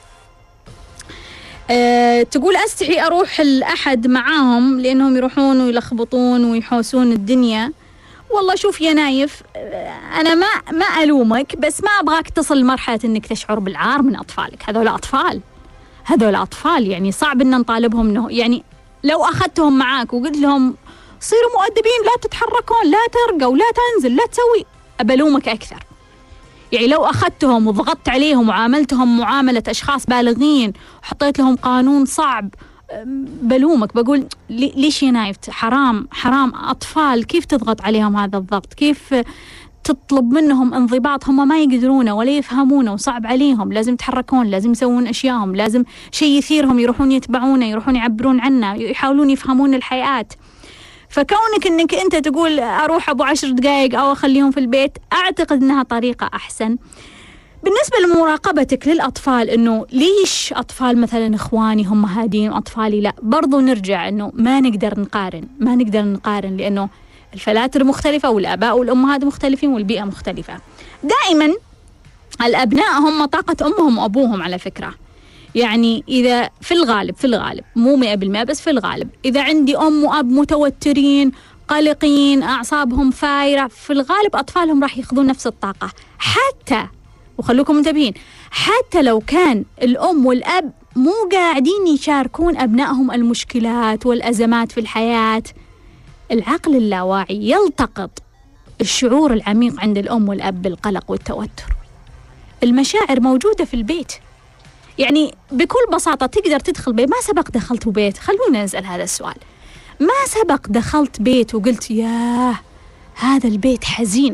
أه تقول أستحي أروح الأحد معاهم لأنهم يروحون ويلخبطون ويحوسون الدنيا. والله شوف يا نايف، أنا ما ما ألومك، بس ما أبغاك تصل لمرحلة أنك تشعر بالعار من أطفالك. هذول أطفال، هذول أطفال، يعني صعب أن نطالبهم أنه، يعني لو أخذتهم معاك وقلت لهم صيروا مؤدبين، لا تتحركون، لا ترقوا، لا تنزل، لا تسوي، أبلومك أكثر. يعني لو أخذتهم وضغطت عليهم وعاملتهم معاملة أشخاص بالغين وحطيت لهم قانون صعب بلومك، بقول ليش يا نايف؟ حرام حرام، أطفال كيف تضغط عليهم هذا الضغط؟ كيف تطلب منهم انضباط هم ما يقدرونه ولا يفهمونه وصعب عليهم؟ لازم يتحركون، لازم يسوون أشياءهم، لازم شيء يثيرهم، يروحون يتبعونه، يروحون يعبرون عنه، يحاولون يفهمون الحياة. فكونك أنك أنت تقول أروح أبو عشر دقائق أو أخليهم في البيت، أعتقد أنها طريقة أحسن. بالنسبة لمراقبتك للأطفال، إنه ليش أطفال مثلا إخواني هم هادين وأطفالي لا، برضو نرجع إنه ما نقدر نقارن ما نقدر نقارن لأنه الفلاتر مختلفة والآباء والأمهات مختلفين والبيئة مختلفة. دائما الأبناء هم طاقة أمهم وأبوهم على فكرة. يعني إذا في الغالب في الغالب مو مئة بالمئة بس في الغالب إذا عندي أم وأب متوترين قلقين أعصابهم فايرة، في الغالب أطفالهم راح يأخذون نفس الطاقة. حتى وخلوكم منتبهين، حتى لو كان الأم والأب مو قاعدين يشاركون أبنائهم المشكلات والأزمات في الحياة، العقل اللاواعي يلتقط الشعور العميق عند الأم والأب بالقلق والتوتر. المشاعر موجودة في البيت. يعني بكل بساطة تقدر تدخل بيت، ما سبق دخلت بيت، خلونا نسأل هذا السؤال، ما سبق دخلت بيت وقلت ياه هذا البيت حزين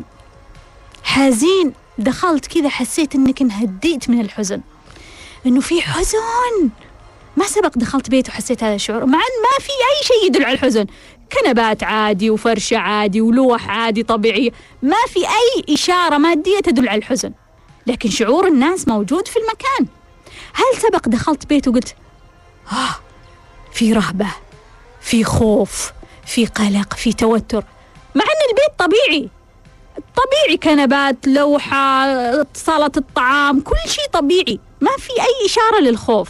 حزين، دخلت كذا حسيت انك انهديت من الحزن، انه في حزن. ما سبق دخلت بيت وحسيت هذا الشعور، مع ان ما في اي شيء يدل على الحزن، كنبات عادي وفرشة عادي ولوح عادي طبيعية، ما في اي اشارة مادية تدل على الحزن، لكن شعور الناس موجود في المكان. هل سبق دخلت بيت وقلت آه في رهبة، في خوف، في قلق، في توتر، مع أن البيت طبيعي طبيعي، كنبات، لوحة، صالة الطعام، كل شيء طبيعي، ما في أي إشارة للخوف،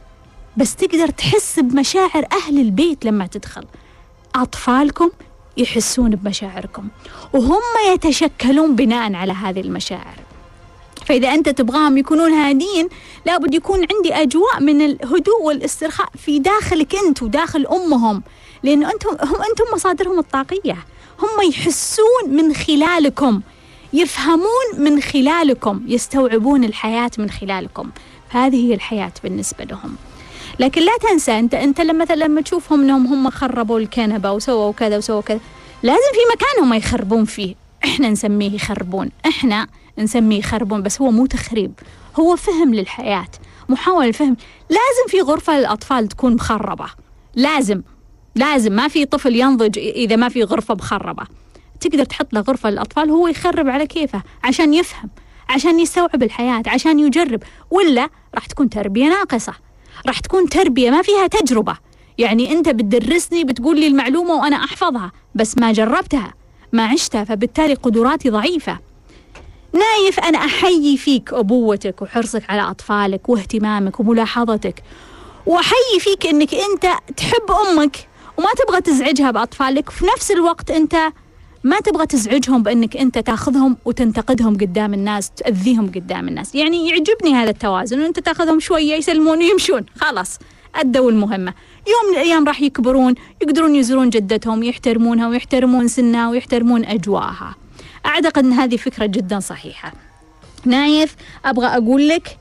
بس تقدر تحس بمشاعر أهل البيت لما تدخل. أطفالكم يحسون بمشاعركم وهم يتشكلون بناء على هذه المشاعر. فإذا أنت تبغاهم يكونون هادين، لابد يكون عندي أجواء من الهدوء والاسترخاء في داخلك أنت وداخل أمهم، لأنه أنتم هم أنتم مصادرهم الطاقية، هم يحسون من خلالكم، يفهمون من خلالكم، يستوعبون الحياة من خلالكم. هذه هي الحياة بالنسبة لهم. لكن لا تنسى أنت أنت لما مثلا لما تشوفهم أنهم هم خربوا الكنبة وسووا كذا وسووا كذا، لازم في مكان هم يخربون فيه، إحنا نسميه يخربون، إحنا نسميه يخربون، بس هو مو تخريب، هو فهم للحياة، محاولة فهم. لازم في غرفة للأطفال تكون مخربة، لازم لازم ما في طفل ينضج إذا ما في غرفة مخربة. تقدر تحط له غرفة للأطفال هو يخرب على كيفه عشان يفهم، عشان يستوعب الحياة، عشان يجرب، ولا راح تكون تربية ناقصة، راح تكون تربية ما فيها تجربة. يعني أنت بتدرسني بتقول لي المعلومة وأنا أحفظها، بس ما جربتها ما عشتها، فبالتالي قدراتي ضعيفة. نايف، أنا أحيي فيك أبوتك وحرصك على أطفالك واهتمامك وملاحظتك، وأحيي فيك أنك أنت تحب أمك وما تبغى تزعجها بأطفالك، وفي نفس الوقت أنت ما تبغى تزعجهم بأنك أنت تأخذهم وتنتقدهم قدام الناس، تأذيهم قدام الناس. يعني يعجبني هذا التوازن، أنت تأخذهم شوية يسلمون ويمشون، خلاص أدوا المهمة. يوم من الأيام راح يكبرون، يقدرون يزورون جدتهم، يحترمونها ويحترمون سنها ويحترمون أجواءها. أعتقد أن هذه فكرة جدا صحيحة. نايف، أبغى أقول لك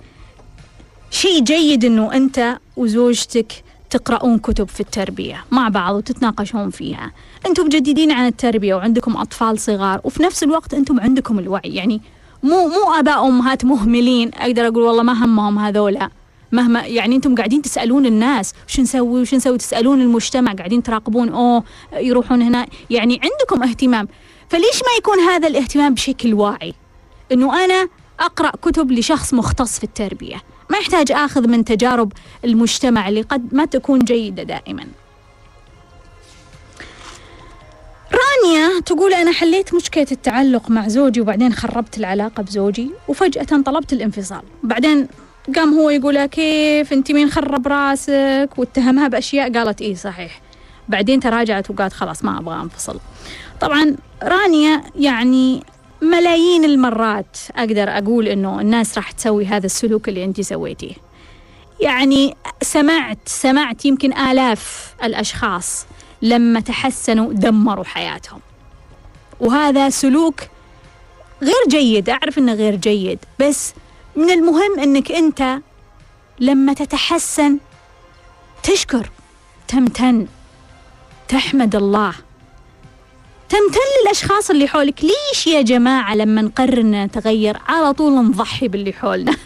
شيء جيد أنه أنت وزوجتك تقرؤون كتب في التربية مع بعض وتتناقشون فيها. أنتم مجددين عن التربية وعندكم أطفال صغار، وفي نفس الوقت أنتم عندكم الوعي. يعني مو مو آباء وأمهات مهملين أقدر أقول والله ما همهم هذولا، مهما يعني أنتم قاعدين تسألون الناس وش نسوي وش نسوي، تسألون المجتمع، قاعدين تراقبون أوه يروحون هنا، يعني عندكم اهتمام. فليش ما يكون هذا الاهتمام بشكل واعي؟ إنه أنا أقرأ كتب لشخص مختص في التربية، ما يحتاج آخذ من تجارب المجتمع اللي قد ما تكون جيدة دائما. رانيا تقول أنا حليت مشكلة التعلق مع زوجي وبعدين خربت العلاقة بزوجي وفجأة طلبت الانفصال، بعدين قام هو يقول كيف أنت مين خرب راسك، واتهمها بأشياء قالت إيه صحيح، بعدين تراجعت وقالت خلاص ما أبغى أنفصل. طبعا رانيا يعني ملايين المرات أقدر أقول إنه الناس راح تسوي هذا السلوك اللي أنت سويتيه. يعني سمعت سمعت يمكن آلاف الأشخاص لما تحسنوا دمروا حياتهم، وهذا سلوك غير جيد. أعرف إنه غير جيد، بس من المهم إنك أنت لما تتحسن تشكر، تمتن، تحمد الله، تمتن للأشخاص اللي حولك. ليش يا جماعة لما نقرر أن نتغير على طول نضحي باللي حولنا؟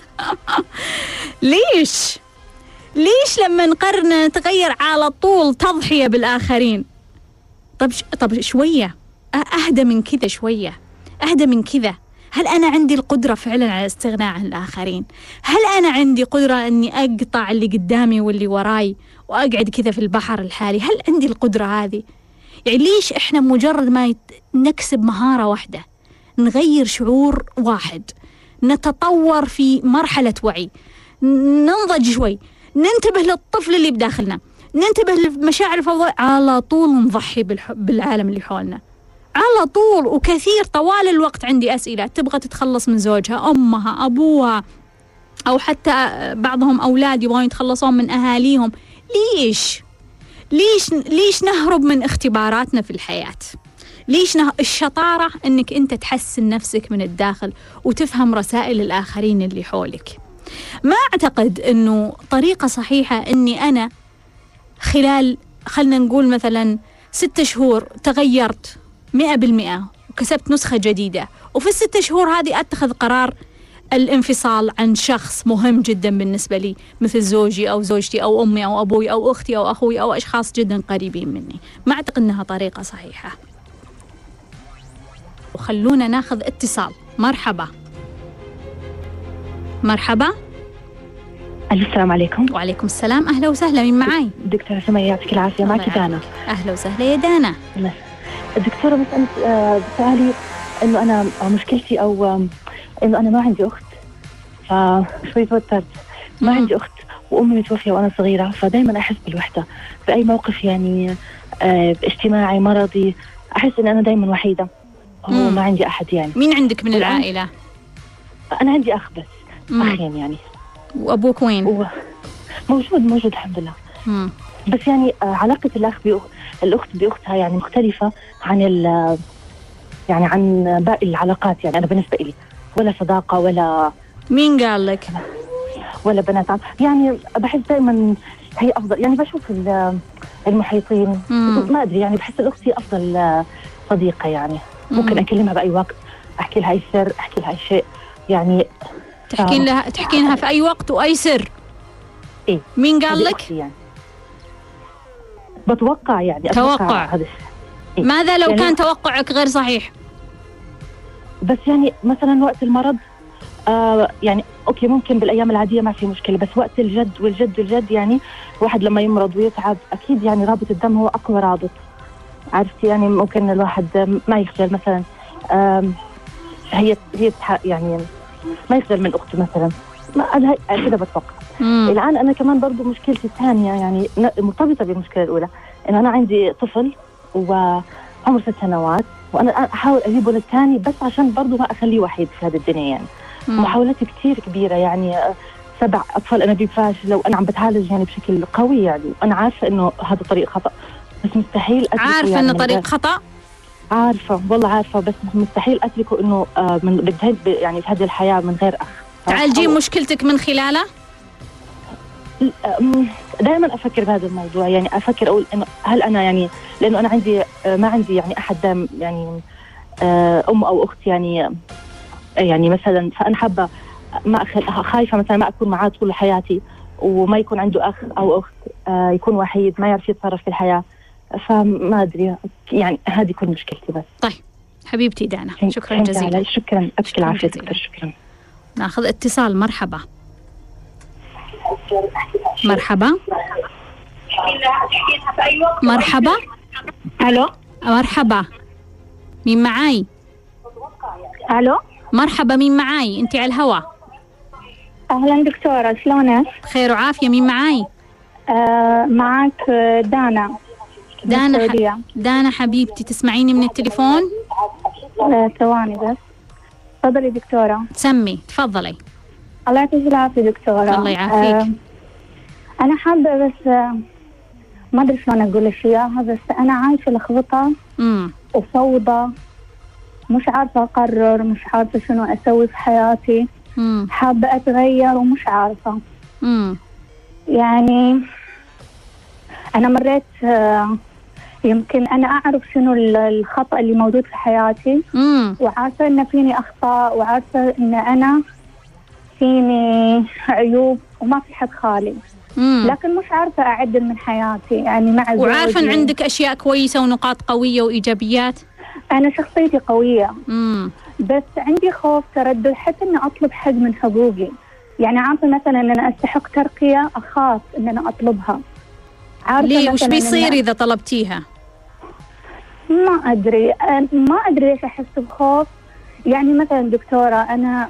ليش؟ ليش لما نقرر أن نتغير على طول تضحية بالآخرين؟ طب طب شوية أهدى من كذا، شوية أهدى من كذا. هل أنا عندي القدرة فعلا على الاستغناء عن الآخرين؟ هل أنا عندي قدرة أني أقطع اللي قدامي واللي وراي وأقعد كذا في البحر الحالي؟ هل عندي القدرة هذه؟ يعني ليش إحنا مجرد ما نكسب مهارة واحدة، نغير شعور واحد، نتطور في مرحلة وعي، ننضج شوي، ننتبه للطفل اللي بداخلنا، ننتبه لمشاعر الفضاء، على طول نضحي بالعالم اللي حولنا على طول. وكثير طوال الوقت عندي أسئلة، تبغى تتخلص من زوجها، أمها، أبوها، أو حتى بعضهم أولاد يبغون يتخلصون من أهاليهم. ليش؟ ليش ليش نهرب من اختباراتنا في الحياة؟ ليش نه... الشطارة أنك أنت تحسن نفسك من الداخل وتفهم رسائل الآخرين اللي حولك. ما أعتقد أنه طريقة صحيحة أني أنا خلال خلنا نقول مثلا ستة شهور تغيرت مئة بالمئة وكسبت نسخة جديدة، وفي الستة شهور هذه أتخذ قرار الانفصال عن شخص مهم جدا بالنسبة لي مثل زوجي أو زوجتي أو أمي أو أبوي أو أختي أو أخوي أو أشخاص جدا قريبين مني. ما أعتقد أنها طريقة صحيحة. وخلونا ناخذ اتصال. مرحبا. مرحبا. السلام عليكم. وعليكم السلام، أهلا وسهلا. مين معاي؟ دكتورة سمية يعطيك العافية. معك دانا. أهلا وسهلا يا دانا. دكتورة بس أنت سؤالي إنه أنا مشكلتي أو إنه أنا ما عندي أخت، فشوي توترت. ما عندي أخت وأمي متوفية وأنا صغيرة، فدايما أحس بالوحدة في أي موقف يعني اجتماعي مرضي، أحس إن أنا دايما وحيدة وما عندي أحد. يعني مين عندك من العائلة؟ أنا عندي أخ بس، أخين يعني. وأبوك وين؟ و... موجود موجود الحمد لله. مم. بس يعني علاقة الأخ بأخ... الأخت بأختها يعني مختلفة عن ال... يعني عن باقي العلاقات. يعني أنا بالنسبة لي ولا صداقة ولا. مين قال لك؟ ولا بنات عم. يعني بحس دائما هي أفضل. يعني بشوف المحيطين مم. ما أدري، يعني بحس الأخت هي أفضل صديقة. يعني ممكن مم. أكلمها بأي وقت، أحكي لها أي سر، أحكي لها أي شيء. يعني تحكين لها تحكين لها في أي وقت وأي سر. إيه؟ مين قال لك؟ يعني بتوقع يعني توقع هذا. إيه؟ ماذا لو يعني كان توقعك غير صحيح؟ بس يعني مثلا وقت المرض آه يعني أوكي ممكن بالأيام العادية ما في مشكلة، بس وقت الجد والجد والجد يعني واحد لما يمرض ويتعب أكيد يعني رابط الدم هو أقوى رابط. عرفتي يعني ممكن الواحد ما يخجل مثلا. هي هي يعني ما يخجل من أخته مثلا. ما أنا كده بتوقع. مم. الآن أنا كمان برضو مشكلتي الثانية يعني مرتبطة بالمشكلة الأولى، إن أنا عندي طفل وعمره ست سنوات وأنا أحاول أجيبه للثاني بس عشان برضو ما أخليه وحيد في هذه الدنيا. يعني مم. محاولاتي كتير كبيرة، يعني سبع أطفال أنابيب فاشلة وأنا عم بتعالج يعني بشكل قوي. يعني أنا عارفة إنه هذا طريق خطأ بس مستحيل أتركه. عارفة يعني إنه طريق خطأ؟ عارفة والله عارفة، بس مستحيل أتركه إنه آه من بجهد يعني في هذه الحياة من غير أخ. تعالجين مشكلتك من خلاله؟ دائما أفكر بهذا الموضوع. يعني أفكر أقول إنه هل أنا يعني لأنه أنا عندي ما عندي يعني أحد دام يعني أم أو أخت يعني يعني مثلا، فأنا حابة ما أخ... خايفة مثلا ما أكون معاه طول حياتي وما يكون عنده أخ أو أخت يكون وحيد ما يعرف يتصرف في الحياة. فما أدري يعني هذه كل مشكلتي بس. طيب حبيبتي دانا، شكرا جزيلا. شكرا أبشك العافية دكتور. شكرا. ناخذ اتصال. مرحبا. مرحبا. مرحبا. الو. مرحبا. مين معاي؟ الو. مرحبا، مين معاي؟ انت على الهوا. اهلا دكتورة، شلونك؟ خير وعافية. مين معاي؟ آه معك دانا. دانا ح... دانا حبيبتي، تسمعيني من التليفون؟ آه ثواني بس. تفضلي دكتورة. سمي، تفضلي. الله يعطيك العافية دكتورة. الله يعافيك. آه أنا حابة بس آه ما أدري شلون أقول لك إياها، بس أنا عايشة لخبطة وفوضى، مش عارفة أقرر، مش عارفة شنو أسوي في حياتي. مم. حابة أتغير ومش عارفة. مم. يعني أنا مريت آه يمكن أنا أعرف شنو الخطأ اللي موجود في حياتي. مم. وعارفة إن فيني أخطاء، وعارفة إن أنا فيني عيوب وما في حد خالي. مم. لكن مش عارفة أعدل من حياتي يعني مع زوجي. وعارفة إن عندك أشياء كويسة ونقاط قوية وإيجابيات. أنا شخصيتي قوية. مم. بس عندي خوف تردد حتى إني أطلب حق من حقوقي. يعني عارفة مثلا إن أنا أستحق ترقية، أخاف إن أنا أطلبها. ليه وش بيصير إذا طلبتيها؟ ما أدري ما أدري ليش أحس بخوف. يعني مثلا دكتورة أنا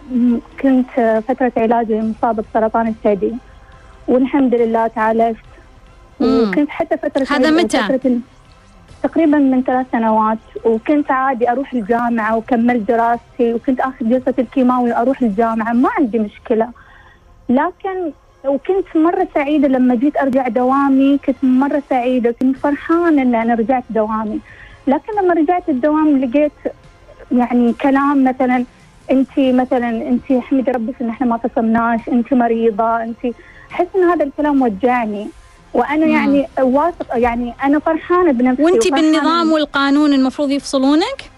كنت فترة علاجي مصابة بسرطان الثدي والحمد لله تعالجت. وكنت حتى فترة هذا متى؟ فترة تقريبا من ثلاث سنوات، وكنت عادي أروح الجامعة وكملت دراستي وكنت أخذ جلسة الكيماوي وأروح الجامعة، ما عندي مشكلة. لكن وكنت مرة سعيدة لما جيت أرجع دوامي، كنت مرة سعيدة، كنت فرحانة إن أنا رجعت دوامي. لكن لما رجعت الدوام لقيت يعني كلام مثلا أنت مثلا أنت احمدي ربك إن إحنا ما تصمناش، أنت مريضة، أنت أحس إن هذا الكلام وجعني. وأنا مم. يعني واثق، يعني أنا فرحانة بنفسي. وأنت بالنظام والقانون المفروض يفصلونك؟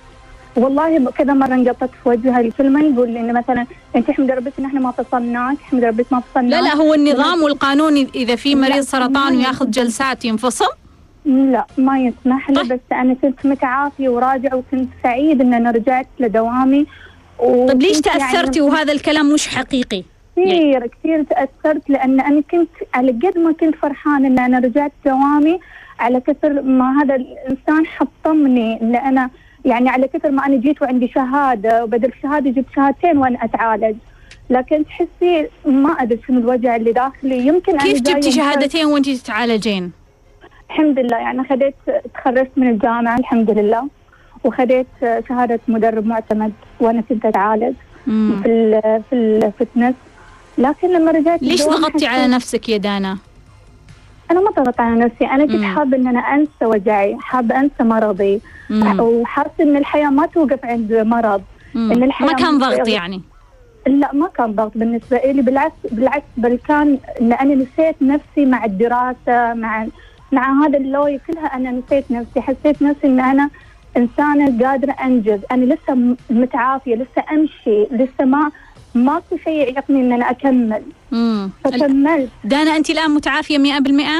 والله كذا مرة انقطت في وجهها الكلمة، يقول لي إنه مثلا أنت احمدي ربك إن إحنا ما فصلناش، احمدي ربك ما فصلناش. لا لا، هو النظام والقانون إذا في مريض سرطان وياخذ جلسات ينفصل؟ لا ما يسمح لي. بس أنا كنت متعافية وراجعة وكنت سعيد إن أنا رجعت لدوامي. طيب ليش تأثرتي يعني وهذا الكلام مش حقيقي؟ كثير كثير تأثرت، لأن أنا كنت على قد ما كنت فرحانة إن أنا رجعت دوامي، على كثر ما هذا الإنسان حطمني. إن أنا يعني على كثر ما أنا جيت وعندي شهادة، وبدل شهادة جبت شهادتين وأنا أتعالج. لكن تحسي ما أدري شنو الوجع اللي داخلي. يمكن كيف جبتي شهادتين وأنت تتعالجين؟ الحمد لله يعني خذيت تخرجت من الجامعة الحمد لله، وخذيت شهادة مدرب معتمد وأنا كنت أتعالج مم. في ال في الفتنس. لكن لما رجعت ليش ضغطتي على نفسك يا دانا؟ أنا ما ضغطت على نفسي، أنا كنت حابة إن أنا أنسى وجعي، حابة أنسى مرضي، وحاسة إن الحياة ما توقف عند مرض. إن الحياة ما كان ضغط يعني؟ لا ما كان ضغط بالنسبة لي، بالعكس بالعكس بل كان إن أنا نسيت نفسي مع الدراسة، مع مع هذا اللوي كلها. أنا نسيت نفسي، حسيت نفسي إن أنا إنسانة قادرة أنجز، أنا لسه متعافية، لسه أمشي، لسه ما ماكو شيء يعيقني إن أنا أكمل. امم فكملت. دانا أنت الآن متعافية مئة بالمئة؟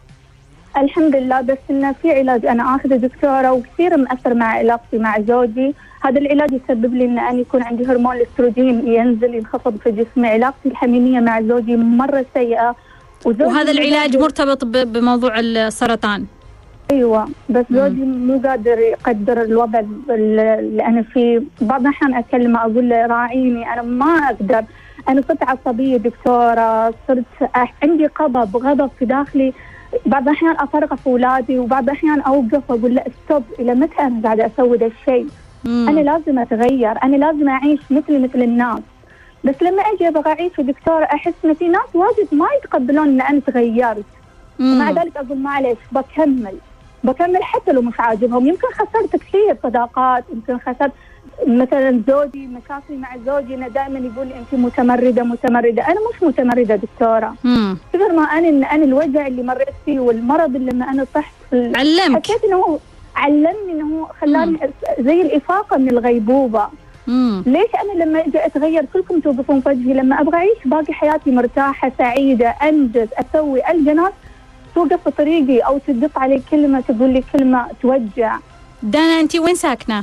الحمد لله، بس إنه في علاج أنا آخذه دكتورة وكثير مأثر مع علاقتي مع زوجي. هذا العلاج يسبب لي إن أنا يكون عندي هرمون الاستروجين ينزل ينخفض في جسمي. علاقتي الحميمية مع زوجي مرة سيئة. وهذا العلاج مرتبط بموضوع السرطان؟ ايوه، بس زوجي مو قادر يقدر الوضع اللي انا فيه. بعض الاحيان اكلمه اقول له راعيني، انا ما اقدر، انا صرت عصبيه دكتوره، صرت عندي غضب غضب في داخلي. بعض الاحيان افرغ في اولادي، وبعض الاحيان اوقف واقول له ستوب، الى متى انا قاعده اسوي ذا الشيء؟ انا لازم اتغير، انا لازم اعيش مثلي مثل الناس. بس لما اجي ابغى اعيش دكتوره احس ان في ناس واجد ما يتقبلون ان انا تغيرت. ومع ذلك اقول معلش بكمل بكمل حتى لو مش عاجبهم. يمكن خسرت كثير صداقات، يمكن خسرت مثلا زوجي، مشاكلي مع زوجي انه دائما يقول لي انت متمرده متمرده. انا مش متمرده دكتوره. كثر ما انا ان انا الوجع اللي مريت فيه والمرض اللي لما انا طحت علمك، حسيت انه علمني، انه خلاني زي الافاقه من الغيبوبه. مم. ليش انا لما اجي اتغير كلكم توقفون في وجهي؟ لما ابغى اعيش باقي حياتي مرتاحه سعيده انجز اسوي، القى ناس توقف في طريقي او تدق علي كلمه تقول لي كلمه توجع. دانا انت وين ساكنه؟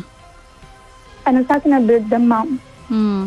انا ساكنه بالدمام. امم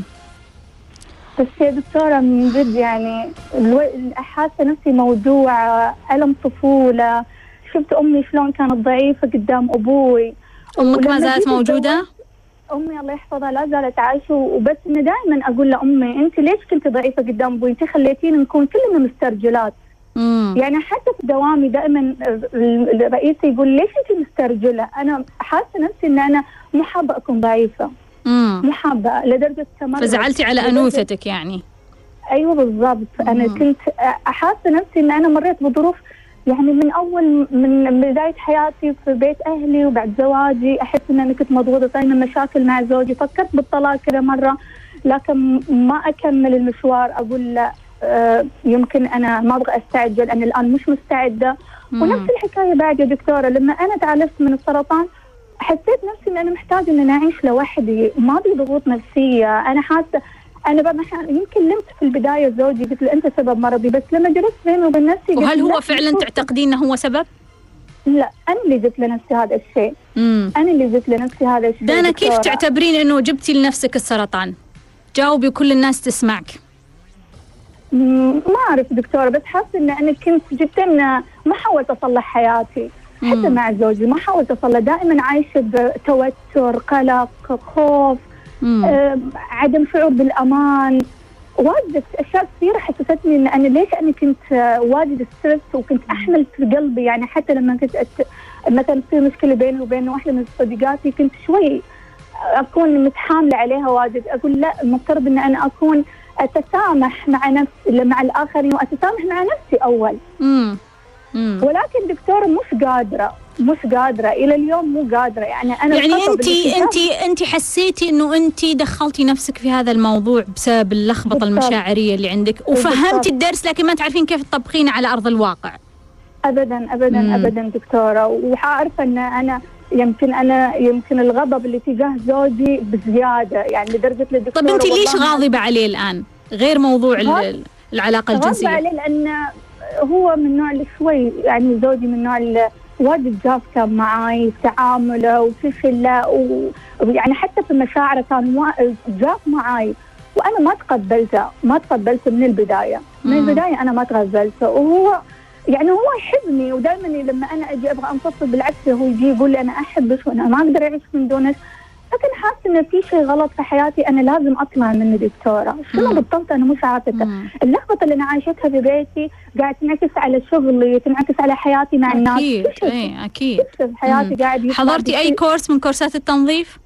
بس يا دكتوره من جد يعني الو... حاسه نفسي موجوعه، الم طفوله، شفت امي شلون كانت ضعيفه قدام ابوي. امك ما زالت موجوده؟ امي الله يحفظها لا زالت عايشه، وبس انه دائما اقول لامي انت ليش كنت ضعيفه قدام ابوي؟ انت خليتينا نكون كلنا مسترجلات. مم. يعني حتى في دوامي دائما الرئيس يقول ليش انت مسترجله؟ انا حاسه نفسي ان انا مو حابه اكون ضعيفه. امم مو حابه لدرجه تمرد. فزعلتي على انوثتك يعني؟ ايوه بالضبط. مم. انا كنت حاسه نفسي ان انا مريت بظروف يعني من اول من بدايه حياتي في بيت اهلي وبعد زواجي احس ان انا كنت مضغوطه، دائما مشاكل مع زوجي، فكرت بالطلاق كذا مره لكن ما اكمل المشوار. اقول لا آه يمكن انا ما ابغى استعجل، انا الان مش مستعده. مم. ونفس الحكايه بعد يا دكتوره لما انا تعالجت من السرطان حسيت نفسي ان انا محتاجه ان انا اعيش لوحدي، ما بي ضغوط نفسيه. انا حاسه انا بعض الاحيان يمكن لمت في البدايه زوجي قلت له انت سبب مرضي، بس لما جلست بيني وبين نفسي. وهل هو فعلا تعتقدين انه هو سبب؟ لا أنا اللي جبت لنفسي هذا الشيء. مم. أنا اللي جبت لنفسي هذا الشيء. دانا دكتورة. كيف تعتبرين إنه جبتي لنفسك السرطان؟ جاوبي كل الناس تسمعك. ما أعرف دكتورة، بس حاسة إن أنا كنت جدا ما حاولت أصلح حياتي حتى مم. مع زوجي، ما حاولت أصلح، دائما عايشة بتوتر، قلق، خوف، آه، عدم شعور بالأمان. واجد أشياء كثيرة حسستني إن أنا ليش أنا كنت آه، واجد ستريس، وكنت أحمل في قلبي يعني حتى لما كنت أت... مثلا تصير مشكلة بيني وبين واحدة من صديقاتي كنت شوي أكون متحاملة عليها واجد، أقول لا المفترض إن أنا أكون أتسامح مع نفسي مع الآخرين وأتسامح مع نفسي أول. مم. مم. ولكن دكتورة مش قادرة مش قادرة إلى اليوم مو قادرة يعني أنا يعني الخطب أنت اللي أنت أنت حسيتي إنه أنت دخلتي نفسك في هذا الموضوع بسبب اللخبطة بالضبط. المشاعرية اللي عندك، وفهمتي بالضبط. الدرس لكن ما تعرفين كيف تطبقينه على أرض الواقع. أبدا أبدا مم. أبدا دكتورة، وعارفة أن أنا يمكن أنا يمكن الغضب اللي تجاه زوجي بزيادة يعني لدرجة الدكتورة. طب أنت ليش والله غاضبة عليه الآن غير موضوع ال- العلاقة غاضبة الجنسية؟ عليه لأن هو من نوع اللي شوي يعني زوجي من نوع اللي واجد جاف كان معاي في تعامله وفي خله و- ويعني حتى في مشاعره كان وا- جاف معاي، وأنا ما تقبلته ما تقبلته من البداية من مم. البداية أنا ما تقبلته. وهو يعني هو يحبني، ودائما لما أنا أجي أبغى أنفصل بالعكس هو يجي يقول لي أنا أحبك وأنا ما أقدر أعيش من دونك، لكن حاسة إن في شيء غلط في حياتي أنا لازم أطلع منه دكتورة. شنو مم. بالضبط أنا مش عارفة. مم. اللخبطة اللي أنا عايشتها في بيتي قاعد تنعكس على شغلي، تنعكس على حياتي مع الناس. أكيد كل شيء- إيه أكيد. كل شيء في حياتي مم. قاعد يطلع حضرتي أي بشيء. كورس من كورسات التنظيف؟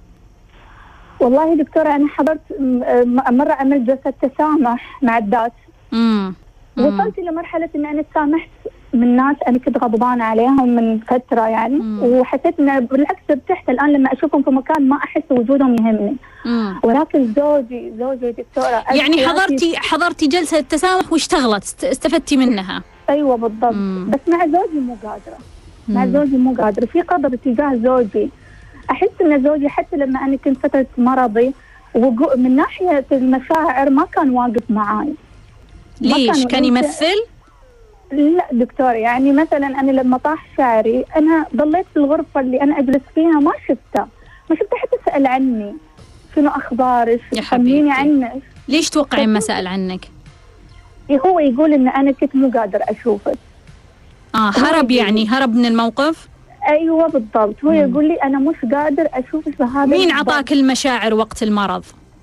والله دكتورة أنا حضرت م- م- مرة عملت جلسة تسامح مع الذات. مم. مم. وصلت إلى مرحلة إن أنا تسامحت من ناس أنا كنت غضبانة عليهم من فترة يعني. مم. وحسيت إن بالعكس ارتحت الآن لما أشوفهم في مكان ما أحس وجودهم يهمني. مم. ولكن زوجي زوجي دكتورة يعني حياتي- حضرتي حضرتي جلسة تسامح واشتغلت است- استفدتي منها؟ أيوة بالضبط. مم. بس مع زوجي مو قادرة مع مم. زوجي مو قادرة في قدر تجاه زوجي. أحس إن زوجي حتى لما أنا كنت فترة مرضي وقو- من ناحية المشاعر ما كان واقف معاي. ما ليش؟ كان يمكن- يمثل؟ لا دكتور يعني مثلا أنا لما طاح شعري أنا ضليت في الغرفة اللي أنا أجلس فيها ما شفته ما شفته حتى سأل عني شنو أخبارك يا طمنيني حبيبتي. عنك. ليش توقعين ما سأل عنك؟ هو يقول إن أنا كنت مو قادر أشوفك. آه هرب يعني هرب من الموقف؟ أيوة بالضبط. هو مم. يقول لي أنا مش قادر أشوفك بهذا مين الوضع. عطاك المشاعر وقت المرض؟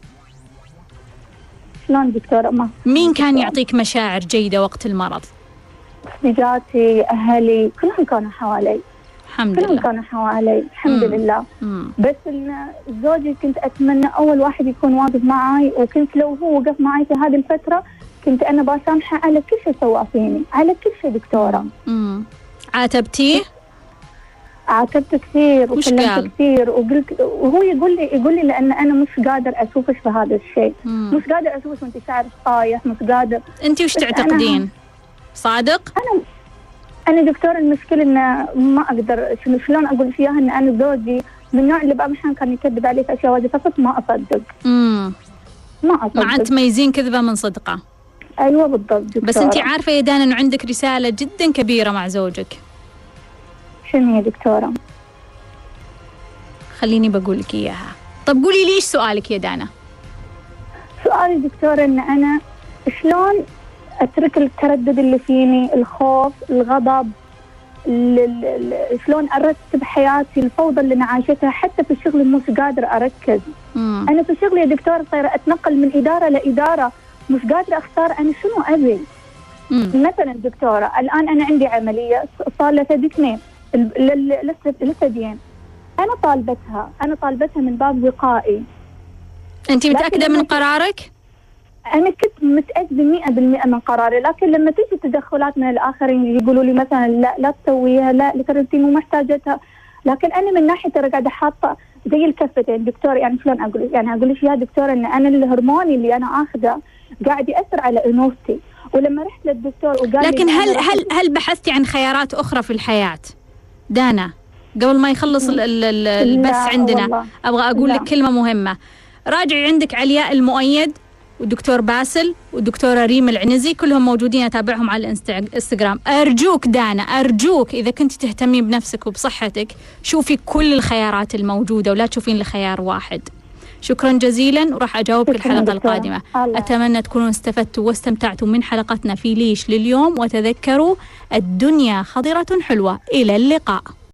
شلون دكتورة ما مين كان يعطيك مشاعر جيدة وقت المرض؟ صديقاتي أهلي كلهم كانوا حوالي الحمد كلهم لله. كانوا حوالي الحمد مم. لله. مم. بس إن زوجي كنت أتمنى أول واحد يكون واقف معاي، وكنت لو هو وقف معاي في هذه الفترة كنت أنا بسامحه على كل شيء سواه فيني على كل شيء دكتورة. مم. عاتبتيه؟ عاتبت كثير وش وكلمت قال؟ كثير وقلت، وهو يقول لي يقول لي لأن أنا مش قادر أشوفك في هذا الشيء. مم. مش قادر أشوفك وأنت شعرك طايح، مش قادر. أنت وش بس أنا- تعتقدين؟ صادق؟ أنا أنا دكتور المشكلة إن ما أقدر شنو شلون أقول فيها إن أنا زوجي من النوع اللي بقى أحيانا كان يكذب علي في أشياء واجد فقط ما أصدق مم. ما أصدق. مع تميزين كذبة من صدقة. أيوة بالضبط دكتورة. بس أنت عارفة يا دانا إنه عندك رسالة جدا كبيرة مع زوجك. شنو يا دكتورة؟ خليني بقول لك إياها. طب قولي ليش سؤالك يا دانا؟ سؤالي دكتورة إن أنا شلون أترك التردد اللي فيني، الخوف، الغضب، ال- ال- ال- شلون أرتب حياتي، الفوضى اللي أنا عايشتها حتى في الشغل مش قادرة أركز. مم. أنا في شغلي يا دكتورة صايرة أتنقل من إدارة لإدارة مش قادرة أختار أنا شنو أبي. مم. مثلا دكتورة الآن أنا عندي عملية صار لها ثديين لسه لثديين أنا طالبتها أنا طالبتها من باب وقائي. أنت متأكدة لكن من أنا- قرارك؟ أنا كنت متأكدة مئة بالمئة من قراري، لكن لما تيجي تدخلات من الآخرين يقولوا لي مثلا لا لا تسويها، لا ترى أنت مو محتاجتها، لكن أنا من ناحية ترى قاعدة حاطة زي الكفتين دكتور. يعني شلون أقول يعني أقول لك يا دكتور إن أنا الهرموني اللي أنا آخذه قاعد يأثر على أنوثتي. ولما رحت للدكتور وقال لكن لي هل أنا هل هل بحثتي عن خيارات أخرى في الحياة؟ دانا قبل ما يخلص ال- ال- ال- البث لا عندنا والله. أبغى أقول لا. لك كلمة مهمة. راجعي عندك علياء المؤيد والدكتور باسل والدكتورة ريم العنزي، كلهم موجودين أتابعهم على الانستغرام. أرجوك دانا، أرجوك إذا كنت تهتمين بنفسك وبصحتك شوفي كل الخيارات الموجودة ولا تشوفين لخيار واحد. شكرا جزيلا، وراح أجاوبك الحلقة القادمة. أتمنى تكونوا استفدتوا واستمتعتوا من حلقتنا في ليش لليوم، وتذكروا الدنيا خضرة حلوة. إلى اللقاء.